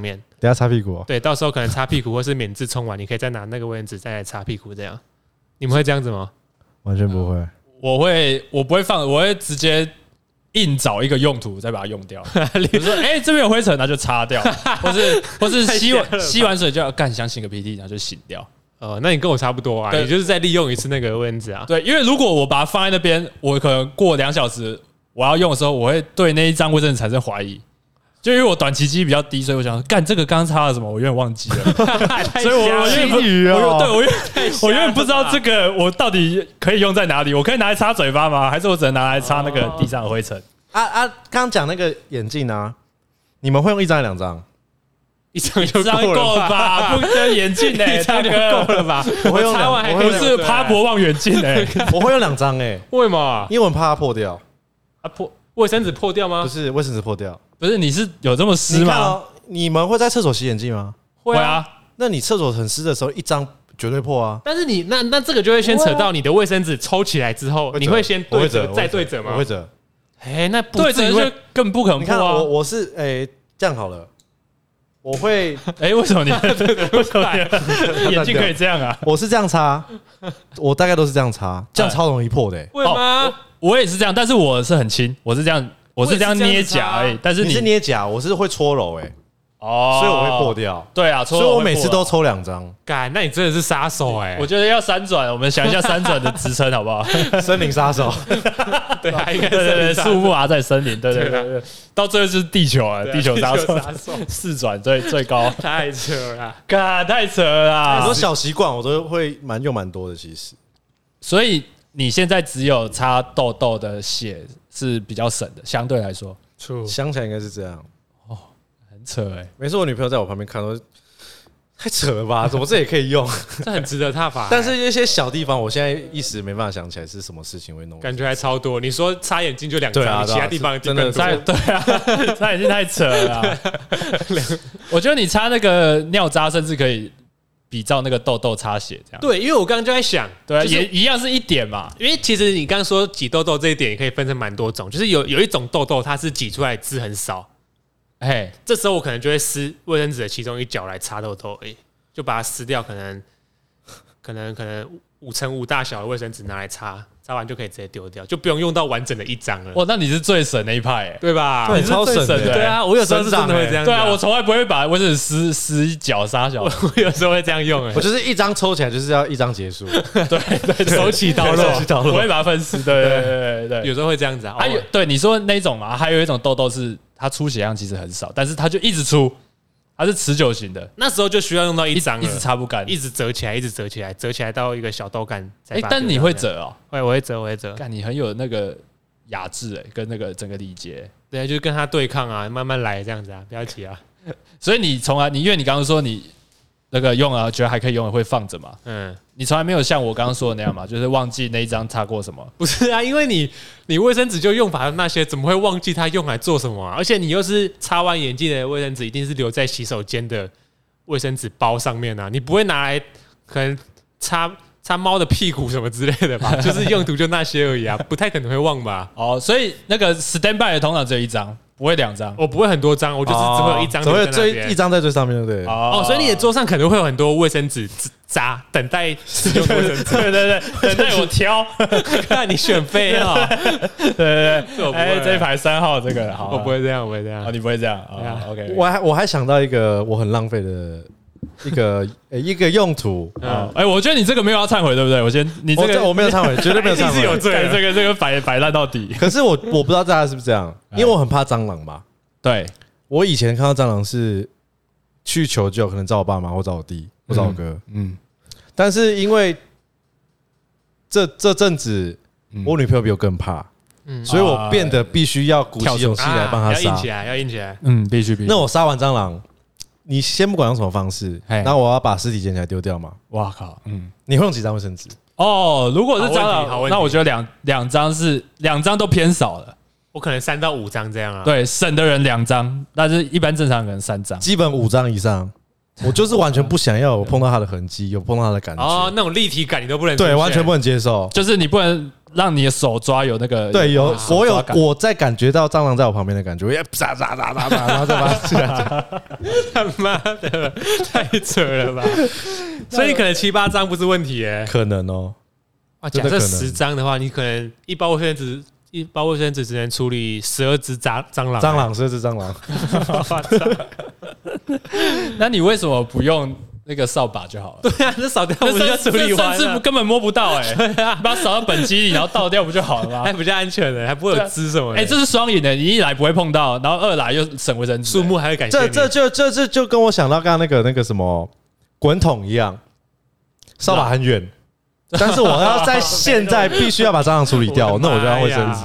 Speaker 2: 等下擦屁股、哦。
Speaker 3: 对，到时候可能擦屁股或是免治冲完，你可以再拿那个卫生纸再来擦屁股，这样。你们会这样子吗？
Speaker 2: 完全不会。
Speaker 1: 我会，我不会放，我会直接硬找一个用途再把它用掉。比如说，哎、欸，这边有灰尘，那就擦掉，或是或是吸完吸完水就要干，想擤个鼻涕，然后就擤掉。
Speaker 3: 呃，那你跟我差不多啊，你就是再利用一次那个卫生纸啊。
Speaker 1: 对，因为如果我把它放在那边，我可能过两小时我要用的时候，我会对那一张卫生纸产生怀疑。就因为我短期记忆比较低，所以我想干这个刚擦了什么，我有点忘记了，所以我我有点不，我对我有我有点不知道这个我到底可以用在哪里？我可以拿来擦嘴巴吗？还是我只能拿来擦那个地上的灰尘？
Speaker 2: 啊啊！刚刚讲那个眼镜啊，你们会用一张还是两张？
Speaker 3: 一张就够
Speaker 1: 了吧？不跟眼镜哎，
Speaker 3: 一张就够了吧？
Speaker 2: 我会用
Speaker 3: 擦完还
Speaker 1: 不是趴博望远镜哎，
Speaker 2: 我会用两张哎，
Speaker 3: 为什么？
Speaker 2: 因为我怕它破掉
Speaker 3: 啊破。卫生纸破掉吗？
Speaker 2: 不是卫生纸破掉，
Speaker 1: 不是你是有这么湿吗？
Speaker 2: 你, 哦、你们会在厕所洗眼镜吗？
Speaker 3: 会啊。
Speaker 2: 那你厕所很湿的时候，一张绝对破啊。
Speaker 3: 但是你那那这个就会先扯到你的卫生纸抽起来之后，你会先对折再对折吗？
Speaker 2: 我会折。
Speaker 3: 哎、欸，那
Speaker 1: 对折就更不可能破啊。
Speaker 2: 你看我我是哎、欸、这样好了，我会
Speaker 1: 哎、欸、为什么你为什么你眼镜可以这样啊？
Speaker 2: 我是这样擦，我大概都是这样擦，这样超容易破的、欸。
Speaker 3: 会吗？
Speaker 1: 我也是这样，但是我是很轻，我是这样，我是这样捏甲而已。但是
Speaker 2: 你, 你是捏甲，我是会搓揉哎、欸，哦，所以我会破掉。
Speaker 1: 对啊，
Speaker 2: 所以我每次都抽两张。
Speaker 3: 干，那你真的是杀手哎、欸！
Speaker 1: 我觉得要三转，我们想一下三转的职称好不好？
Speaker 2: 森林杀手，
Speaker 3: 对啊，应该
Speaker 1: 对对对，树木啊在森林，对对对对，到最后就是地球啊，地球杀手，四转最最高，
Speaker 3: 太扯了，
Speaker 1: 干太扯了啦！
Speaker 2: 很多小习惯我都会蛮用蛮多的，其实。
Speaker 1: 所以。你现在只有擦痘痘的血是比较省的，相对来说，
Speaker 2: 想起来应该是这样。
Speaker 1: 哦，很扯哎、欸！
Speaker 2: 每次我女朋友在我旁边看都太扯了吧？怎么这也可以用？
Speaker 3: 这很值得踏伐、欸。
Speaker 2: 但是一些小地方，我现在一时没办法想起来是什么事情会弄。
Speaker 3: 感觉还超多。你说擦眼睛就两张、
Speaker 2: 啊，
Speaker 3: 其他地方
Speaker 2: 真的
Speaker 1: 擦对啊，擦眼睛太扯了啦。我觉得你擦那个尿渣，甚至可以。比照那个痘痘擦血这样，
Speaker 3: 对，因为我刚刚就在想，
Speaker 1: 对、啊，就是、也一样是一点嘛。
Speaker 3: 因为其实你刚刚说挤痘痘这一点，也可以分成蛮多种，就是有有一种痘痘它是挤出来汁很少，哎，这时候我可能就会撕卫生纸的其中一角来擦痘痘而已，就把它撕掉，可能可能可能五乘五大小的卫生纸拿来擦。擦完就可以直接丢掉，就不用用到完整的一张了。
Speaker 1: 哇，那你是最省那一派、欸，
Speaker 3: 对吧？
Speaker 2: 对，超省的、欸。
Speaker 3: 对啊，我有时候是真的会这样、啊。
Speaker 1: 对啊，我从来不会把卫生纸撕撕一角杀小。
Speaker 3: 我有时候会这样用、欸，
Speaker 2: 我就是一张抽起来就是要一张结束。
Speaker 1: 对对，手起刀落，
Speaker 2: 手起刀落，
Speaker 1: 我会把它分尸。对对对对，
Speaker 3: 有时候会这样子啊。
Speaker 1: 还有对你说那种嘛，还有一种痘痘是它出血量其实很少，但是它就一直出。它是持久型的，
Speaker 3: 那时候就需要用到一张，
Speaker 1: 一直擦不干，
Speaker 3: 一直折起来，一直折起来，折起来到一个小豆干。哎、
Speaker 1: 欸，但你会折哦、喔？
Speaker 3: 会，我会折，我会折。
Speaker 1: 干，你很有那个雅致哎，跟那个整个礼节、欸。
Speaker 3: 对啊，就是跟他对抗啊，慢慢来这样子啊，不要急啊。
Speaker 1: 所以你从来，你因为你刚刚说你那个用啊，觉得还可以用，会放着嘛？嗯，你从来没有像我刚刚说的那样嘛，就是忘记那一张擦过什么？
Speaker 3: 不是啊，因为你你卫生纸就用法的那些，怎么会忘记它用来做什么啊？而且你又是擦完眼镜的卫生纸，一定是留在洗手间的。卫生纸包上面啊，你不会拿来可能擦擦猫的屁股什么之类的吧？就是用途就那些而已啊，不太可能会忘吧？
Speaker 1: 哦，所以那个 standby 的通常只有一张，不会两张。
Speaker 3: 我不会很多张，我就是只会有一张，
Speaker 2: 只会最一张在最上面，对不对？
Speaker 3: 哦，所以你的桌上可能会有很多卫生纸渣，等待使用卫生纸。
Speaker 1: 对对对，等待我挑，
Speaker 3: 看你选飞啊！
Speaker 1: 对对对，哎，这一排三号这个，好，
Speaker 3: 我不会这样，我不会这样。
Speaker 1: 哦，你不会这样啊 ？OK，
Speaker 2: 我还我还想到一个我很浪费的一个一个用途。
Speaker 1: 嗯，哎，我觉得你这个没有要忏悔，对不对？我先，你这个
Speaker 2: 我没有忏悔，绝对没有忏悔，
Speaker 1: 是有罪，这个这个摆摆烂到底。
Speaker 2: 可是我我不知道大家是不是这样，因为我很怕蟑螂嘛。
Speaker 1: 对，
Speaker 2: 我以前看到蟑螂是去求救，可能找我爸妈或找我弟或找我哥，嗯，但是因为这这阵子我女朋友比我更怕，嗯，所以我变得必须要鼓起勇气来帮她杀，
Speaker 3: 要硬起来，要硬起来，
Speaker 1: 嗯，必须必须。
Speaker 2: 那我杀完蟑螂，你先不管用什么方式，然后我要把尸体捡起来丢掉嘛？
Speaker 1: 哇靠，嗯，
Speaker 2: 你会用几张卫生纸？
Speaker 1: 哦，如果是蟑螂，那我觉得两两张是两张都偏少了。
Speaker 3: 我可能三到五张这样啊。
Speaker 1: 对，省的人两张，但是一般正常人三张，
Speaker 2: 基本五张以上。 我就是完全不想要有碰到它的痕迹，有碰到它的感觉。
Speaker 3: 哦，那种立体感你都不能，
Speaker 2: 对，完全不能接受。
Speaker 1: 就是你不能让你的手抓有那个，
Speaker 2: 对，有我有我在感觉到蟑螂在我旁边的感觉，我啪啪啪啪啪，然后再把它吃下去。
Speaker 3: 他妈的，太扯了吧！所以你可能七八张不是问题耶，
Speaker 2: 可能哦。
Speaker 3: 啊，假设十张的话，你可能一包卫生纸。一包卫生纸只能处理十二只蟑蟑螂，
Speaker 2: 蟑螂十二只蟑螂。
Speaker 1: 那你为什么不用那个扫把就好了？
Speaker 3: 对啊，这扫掉不就处理完了？
Speaker 1: 甚至根本摸不到哎、欸，对啊，把它扫到本机里，然后倒掉不就好了吗？
Speaker 3: 还比较安全的，还不会有汁什么的。
Speaker 1: 哎、欸，这是双赢的，你一来不会碰到，然后二来又省卫生纸，
Speaker 3: 树木还会感谢你。
Speaker 2: 这这就这这就跟我想到刚刚那个那个什么滚筒一样，扫把很远。但是我要在现在必须要把蟑螂处理掉，那我就要卫生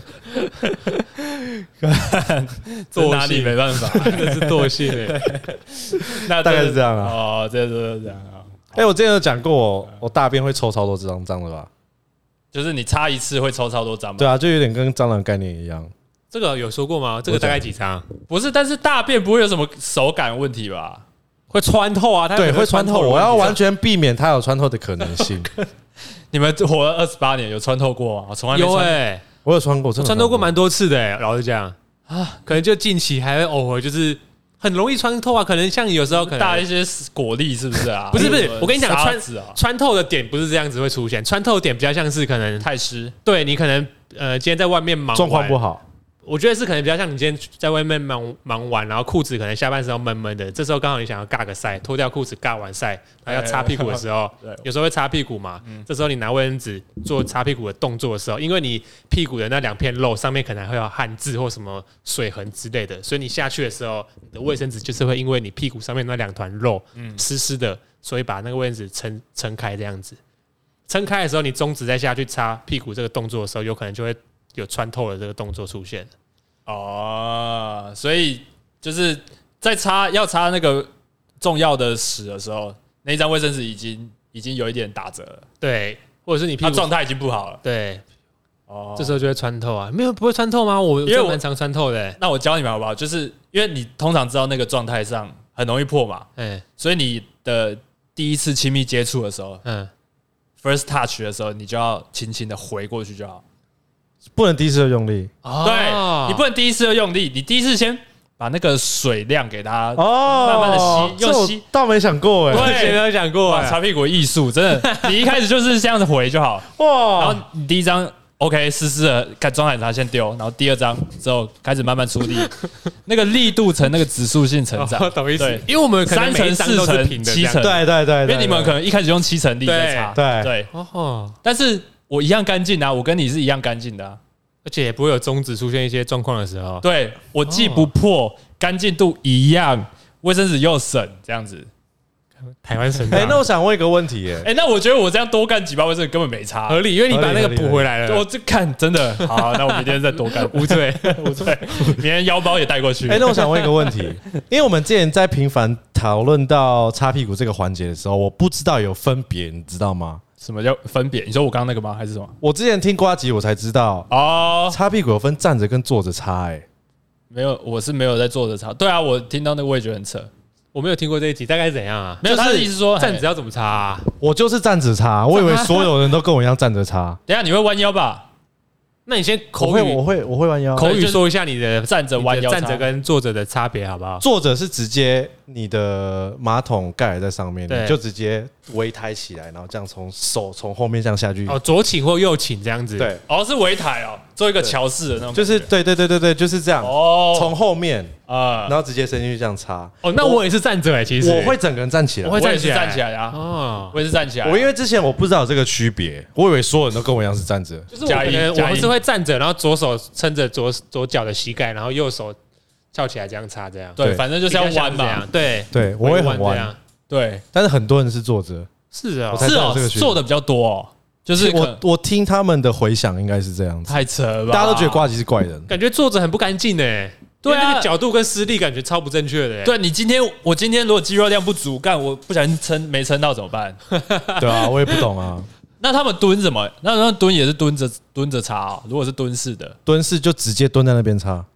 Speaker 2: 纸。
Speaker 1: 这哪里没办法，
Speaker 3: 这是惰性哎。
Speaker 2: 那大概是这样啊。
Speaker 1: 哦，这就是这样啊。
Speaker 2: 哎、欸，我之前有讲过我，我大便会抽超多蟑蟑的吧？
Speaker 1: 就是你擦一次会抽超多蟑吗？
Speaker 2: 对啊，就有点跟蟑螂概念一样。
Speaker 3: 这个有说过吗？这个大概几张？
Speaker 1: 不是，但是大便不会有什么手感问题吧？
Speaker 3: 会穿透啊，它
Speaker 2: 对，会穿透。我要完全避免它有穿透的可能性。
Speaker 1: 你们活了二十八年，有穿透过吗？从来没穿。有哎、
Speaker 3: 欸，
Speaker 2: 我有穿过，
Speaker 3: 我穿透过蛮多次的、欸。老实讲啊，可能就近期还会偶尔就是很容易穿透啊。可能像有时候可能
Speaker 1: 大一些果粒是不是啊？
Speaker 3: 不是不是，我跟你讲，穿
Speaker 1: 啊
Speaker 3: 穿透的点不是这样子会出现，穿透的点比较像是可能
Speaker 1: 太湿。
Speaker 3: 对你可能呃今天在外面忙
Speaker 2: 状况不好。
Speaker 3: 我觉得是可能比较像你今天在外面忙忙完，然后裤子可能下半身要闷闷的，这时候刚好你想要尬个赛，脱掉裤子尬完赛，然后要擦屁股的时候，有时候会擦屁股嘛，这时候你拿卫生纸做擦屁股的动作的时候，因为你屁股的那两片肉上面可能会有汗渍或什么水痕之类的，所以你下去的时候，你的卫生纸就是会因为你屁股上面那两团肉湿湿的，所以把那个卫生纸撑撑开这样子，撑开的时候，你中指再下去擦屁股这个动作的时候，有可能就会有穿透的这个动作出现。
Speaker 1: 哦，所以就是在擦要擦那个重要的屎的时候，那一张卫生纸已经已经有一点打折了，
Speaker 3: 对，或者是你屁股
Speaker 1: 状态已经不好了，
Speaker 3: 对，
Speaker 1: 哦，
Speaker 3: 这时候就会穿透啊，没有不会穿透吗？我因为我蛮常穿透的、欸，
Speaker 1: 那我教你们好不好？就是因为你通常知道那个状态上很容易破嘛，嗯，所以你的第一次亲密接触的时候，嗯 ，first touch 的时候，你就要轻轻的回过去就好。
Speaker 2: 不能第一次就用力，
Speaker 1: 哦、对，你不能第一次就用力，你第一次先把那个水量给它哦，慢慢的吸，用吸，
Speaker 2: 倒没想过哎，
Speaker 1: 对，
Speaker 3: 没有想过哎，
Speaker 1: 擦屁股的艺术真的，你一开始就是这样子回就好，哇，然后你第一张 OK 湿湿的，看装奶茶先丢，然后第二张之后开始慢慢出力，那个力度呈那个指数性成长，
Speaker 3: 懂意思？因为我们
Speaker 1: 三层、四层、七层，
Speaker 2: 对对对，
Speaker 1: 因为你们可能一开始用七层力在擦，
Speaker 2: 对
Speaker 1: 对，哦，但是。我一样干净啊，我跟你是一样干净的、啊，
Speaker 3: 而且也不会有中指出现一些状况的时候。
Speaker 1: 对我既不破，干净度一样，卫生纸又省，这样子。
Speaker 3: 台湾省。
Speaker 2: 哎、欸，那我想问一个问题、欸，
Speaker 1: 哎、欸，那我觉得我这样多干几包卫生纸根本没差，
Speaker 3: 合理，因为你把那个补回来了。
Speaker 1: 我这看真的好，那我明天再多干，
Speaker 3: 无罪
Speaker 1: 无罪，明天腰包也带过去。
Speaker 2: 哎、欸，那我想问一个问题，因为我们之前在频繁讨论到擦屁股这个环节的时候，我不知道有分别，你知道吗？
Speaker 1: 什么叫分别？你说我刚刚那个吗？还是什么？
Speaker 2: 我之前听呱吉，我才知道哦，擦屁股有分站着跟坐着擦。哎，
Speaker 1: 没有，我是没有在坐着擦。对啊，我听到那个我也觉得很扯。
Speaker 3: 我没有听过这一集，大概是怎样啊？
Speaker 1: 没有，他的意思说
Speaker 3: 站着要怎么擦啊？
Speaker 2: 我就是站着擦，我以为所有人都跟我一样站着擦。
Speaker 1: 等一下你会弯腰吧？
Speaker 3: 那你先口
Speaker 2: 语，我会我会弯腰。
Speaker 3: 口语说一下你的
Speaker 1: 站着弯腰，
Speaker 3: 站着跟坐着的差别好不好？
Speaker 2: 坐着是直接你的马桶盖在上面，你就直接围抬起来，然后这样从手从后面这样下去。
Speaker 3: 哦，左倾或右倾这样子。
Speaker 2: 对，
Speaker 1: 哦是围抬哦，做一个桥式的那种。
Speaker 2: 就是对对对对对，就是这样。哦，从后面啊，然后直接伸进去这样擦。
Speaker 3: 哦，那我也是站着哎，其实
Speaker 2: 我会整个人站起来，
Speaker 1: 我会站起来，站起来啊。哦，我也是站起来。
Speaker 2: 我因为之前我不知道有这个区别，我以为所有人都跟我一样是站着。
Speaker 3: 就是我我们是会站着，然后左手撑着左左脚的膝盖，然后右手翘起来这样擦，这样。
Speaker 1: 对，反正就是要弯嘛。
Speaker 3: 对
Speaker 2: 对，我会很弯。
Speaker 1: 对，
Speaker 2: 但是很多人是坐着。
Speaker 3: 是啊，
Speaker 1: 是哦，坐的比较多哦。就是
Speaker 2: 我我听他们的回响应该是这样子。
Speaker 1: 太扯了吧？
Speaker 2: 大家都觉得呱吉是怪人，
Speaker 3: 感觉坐着很不干净哎。对啊，那个角度跟施力感觉超不正确的。
Speaker 1: 对你今天我今天如果肌肉量不足，干我不小心撑没撑到怎么办？
Speaker 2: 对啊，我也不懂啊。
Speaker 1: 那他们蹲什么？那那蹲也是蹲着蹲着擦哦。如果是蹲式的，
Speaker 2: 蹲式就直接蹲在那边擦。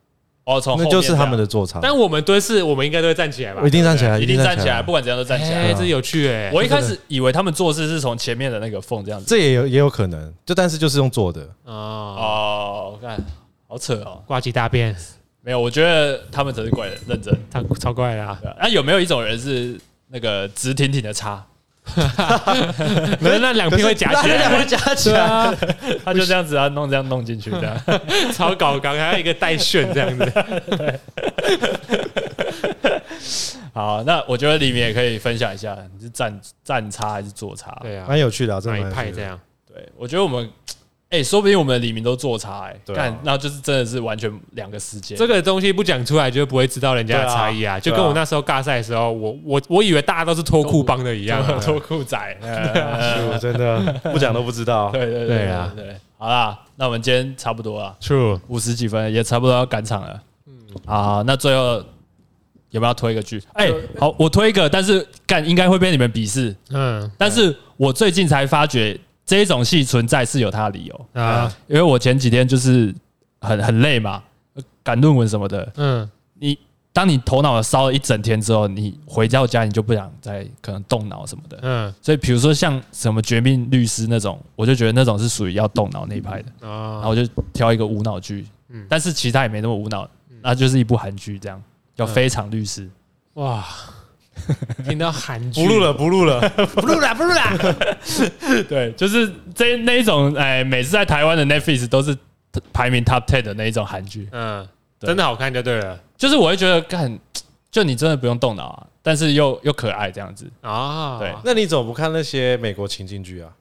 Speaker 1: 哦，从
Speaker 2: 那就是他们的座舱。
Speaker 3: 但我们蹲式，我们应该都会站起来吧？
Speaker 2: 我一定站起来，
Speaker 1: 一定站起来，不管怎样都站起来。
Speaker 3: 哎，这有趣哎！
Speaker 1: 我一开始以为他们做事是从前面的那个缝这样子，
Speaker 2: 这也有也有可能，就但是就是用坐的。
Speaker 3: 哦
Speaker 1: 哦，我看好扯哦，
Speaker 3: 挂机大便
Speaker 1: 没有，我觉得他们才是怪人，认真，
Speaker 3: 超超怪的啊！
Speaker 1: 那有没有一种人是那个直挺挺的插？
Speaker 3: 没有，那两片会夹起来，
Speaker 2: 两片夹起来，
Speaker 1: 他就这样子啊，弄这样弄进去，这样
Speaker 3: 超搞刚，还有一个带旋这样子。
Speaker 1: 好，那我觉得里面也可以分享一下，你是站站插还是坐插？
Speaker 3: 对啊，
Speaker 2: 蛮有趣的啊，真的
Speaker 3: 哪
Speaker 2: 蛮有趣的
Speaker 3: 一派这样？
Speaker 1: 对，我觉得我们。哎、欸，说不定我们的李明都做差哎、欸，干、
Speaker 2: 啊，
Speaker 1: 那就是真的是完全两个世界。
Speaker 3: 这个东西不讲出来，就不会知道人家的差异啊。啊就跟我那时候尬赛的时候，我我我以为大家都是脱裤帮的一样、啊，
Speaker 1: 脱裤仔，
Speaker 2: 呃、真的不讲都不知道。
Speaker 1: 对对对对啊，对，好啦，那我们今天差不多了
Speaker 3: ，True，
Speaker 1: 五十几分也差不多要赶场了。嗯，好，那最后有没有要推一个剧？哎、欸，好，我推一个，但是干应该会被你们鄙视。嗯，但是我最近才发觉。这一种戏存在是有它的理由啊，因为我前几天就是很很累嘛，赶论文什么的。嗯，你当你头脑烧了一整天之后，你回到家你就不想再可能动脑什么的。嗯，所以比如说像什么《绝命律师》那种，我就觉得那种是属于要动脑那一派的。啊，然后我就挑一个无脑剧，嗯，但是其他也没那么无脑，那就是一部韩剧，这样叫《非常律师》。哇！
Speaker 3: 听到韩剧，
Speaker 2: 不录了，不录了，
Speaker 3: 不录了，不录了。
Speaker 1: 对，就是这那一种，哎，每次在台湾的 Netflix 都是排名 Top Ten 的那一种韩剧。嗯，
Speaker 3: 真的好看就对了。
Speaker 1: 就是我会觉得，干，就你真的不用动脑啊，但是又又可爱这样子啊。对，
Speaker 2: 那你怎么不看那些美国情境剧啊？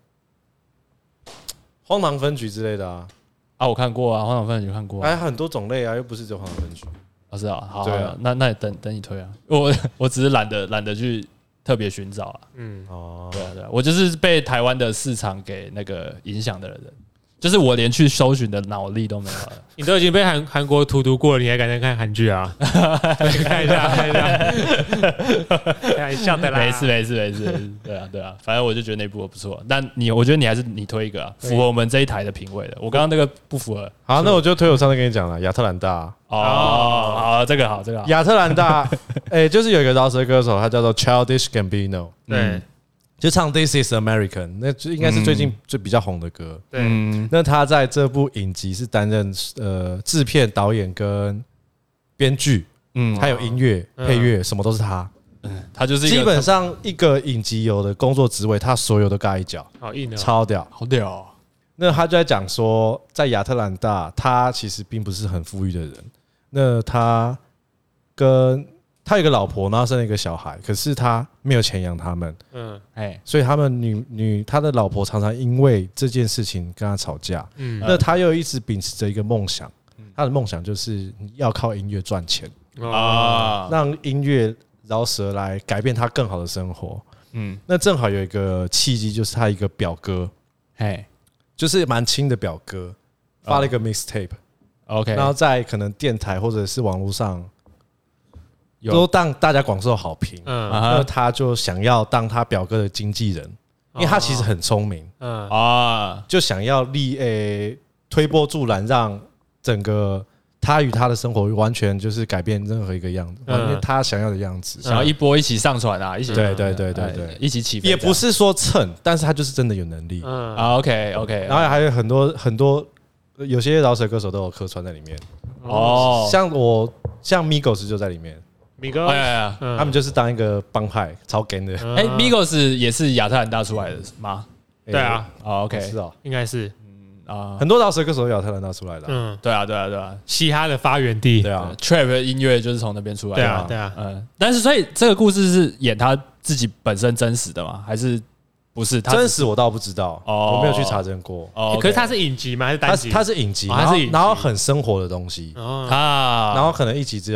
Speaker 2: 荒唐分局之类的啊？
Speaker 1: 啊，我看过啊，荒唐分局看过。
Speaker 2: 还很多种类啊，又不是只有荒唐分局。
Speaker 1: 哦，是啊，好，啊，那那等等你推啊，我我只是懒得懒得去特别寻找啊，嗯，哦，对啊对啊，我就是被台湾的市场给那个影响的人，就是我连去搜寻的脑力都没有了。
Speaker 3: 你都已经被韩韩国荼毒过了，你还敢再看韩剧啊？看一下，看一下，开玩笑的啦，
Speaker 1: 没事没事没事，对啊对啊，反正我就觉得那部不错。但你，我觉得你还是你推一个啊，符合我们这一台的品味的。我刚刚那个不符合。
Speaker 2: 好，那我就推我上次跟你讲了，亚特兰大。
Speaker 1: 哦，好，这个好，这个好。
Speaker 2: 亚特兰大，哎、欸，就是有一个饶舌歌手，他叫做 Childish Gambino， 对，就唱 This Is American， 那就应该是最近最比较红的歌。对、嗯，那他在这部影集是担任呃制片、导演跟编剧，嗯，还有音乐、嗯、配乐，什么都是他。嗯，他就是一个基本上一个影集有的工作职位，他所有都尬一脚，
Speaker 3: 好硬哦，
Speaker 2: 超屌，
Speaker 1: 好屌、哦。
Speaker 2: 那他就在讲说，在亚特兰大，他其实并不是很富裕的人。那他跟他有一个老婆，然后生了一个小孩，可是他没有钱养他们。嗯，哎，所以他们女女他的老婆常常因为这件事情跟他吵架。嗯，那他又一直秉持着一个梦想，他的梦想就是要靠音乐赚钱啊，让音乐饶舌来改变他更好的生活。嗯，那正好有一个契机，就是他一个表哥，哎。就是蛮亲的表哥发了一个 mixtape，OK， 然后在可能电台或者是网络上都让大家广受好评。嗯，那他就想要当他表哥的经纪人，因为他其实很聪明。嗯啊，就想要力诶推波助澜，让整个他与他的生活完全就是改变任何一个样子，完全他想要的样子，
Speaker 1: 想要一波一起上传啊，一起
Speaker 2: 对对对对对，
Speaker 1: 一起起飞，
Speaker 2: 也不是说蹭，但是他就是真的有能力。
Speaker 1: 嗯啊 ，OK OK，
Speaker 2: 然后还有很多很多有些饶舌歌手都有客串在里面。哦，像我像 Migos 就在里面
Speaker 3: ，Migos，
Speaker 2: 他们就是当一个帮派超 gang 的。
Speaker 1: 哎 ，Migos 也是亚特兰大出来的吗？
Speaker 3: 对啊，
Speaker 1: 哦 OK，
Speaker 2: 是哦，
Speaker 3: 应该是。
Speaker 2: 啊，很多饶舌歌手都亚特兰大出来的。
Speaker 1: 嗯，对啊，对啊，对啊，
Speaker 3: 嘻哈的发源地。
Speaker 2: 对啊
Speaker 1: ，Trap 音乐就是从那边出来的。
Speaker 3: 对啊，对啊。
Speaker 1: 嗯，但是所以这个故事是演他自己本身真实的吗？还是不是？
Speaker 2: 真实我倒不知道，我没有去查证过。
Speaker 3: 哦，可是它是影集吗？还是单集？
Speaker 2: 它是影集，它是影集，然后很生活的东西啊。然后可能一集只有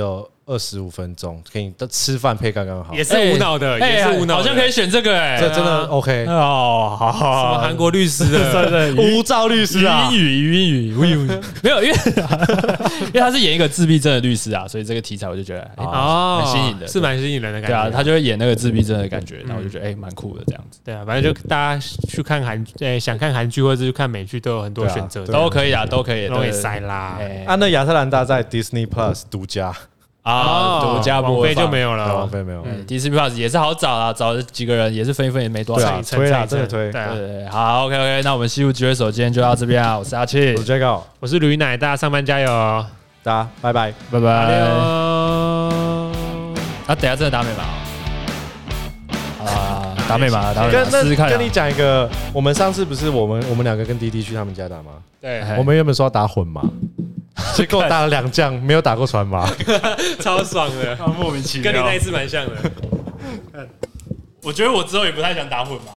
Speaker 2: 二十五分钟，给你吃饭配刚刚好，
Speaker 3: 也是无脑的，也是无脑，
Speaker 1: 好像可以选这个哎，
Speaker 2: 这真的 OK
Speaker 1: 哦，好，
Speaker 3: 什么韩国律师的
Speaker 2: 无照律师啊，
Speaker 1: 语音语语音语语音语，没有，因为因为他是演一个自闭症的律师啊，所以这个题材我就觉得哦，很新颖的，
Speaker 3: 是蛮新颖人的感觉。
Speaker 1: 对啊，他就会演那个自闭症的感觉，然后我就觉得哎，蛮酷的这样子。
Speaker 3: 对啊，反正就大家去看韩，哎，想看韩剧或者是看美剧都有很多选择，
Speaker 1: 都可以啊，都可以，
Speaker 3: 都可以塞啦。
Speaker 2: 啊，那亚特兰大在 Disney Plus 独家。
Speaker 1: 啊，独家播
Speaker 3: 网飞就没有了，
Speaker 2: 网飞没有。
Speaker 1: 迪士尼 Plus 也是好找啊，找几个人也是分一分也没多少，
Speaker 2: 推啦，真的推。
Speaker 1: 对对，好 ，OK OK， 那我们西湖集会所今天就到这边啊，我是阿庆，
Speaker 2: 我是 Jago，
Speaker 3: 我是驴奶，大家上班加油，
Speaker 2: 大家拜拜
Speaker 1: 拜拜。啊，等下真的打美马啊，打美马，打美马，试试看。
Speaker 2: 跟你讲一个，我们上次不是我们我们两个跟弟弟去他们家打吗？
Speaker 3: 对，
Speaker 2: 我们原本说要打混马。结果打了两将，没有打过船马，
Speaker 3: 超爽的，
Speaker 1: 莫名其妙，
Speaker 3: 跟你那一次蛮像的。
Speaker 1: 我觉得我之后也不太想打混马。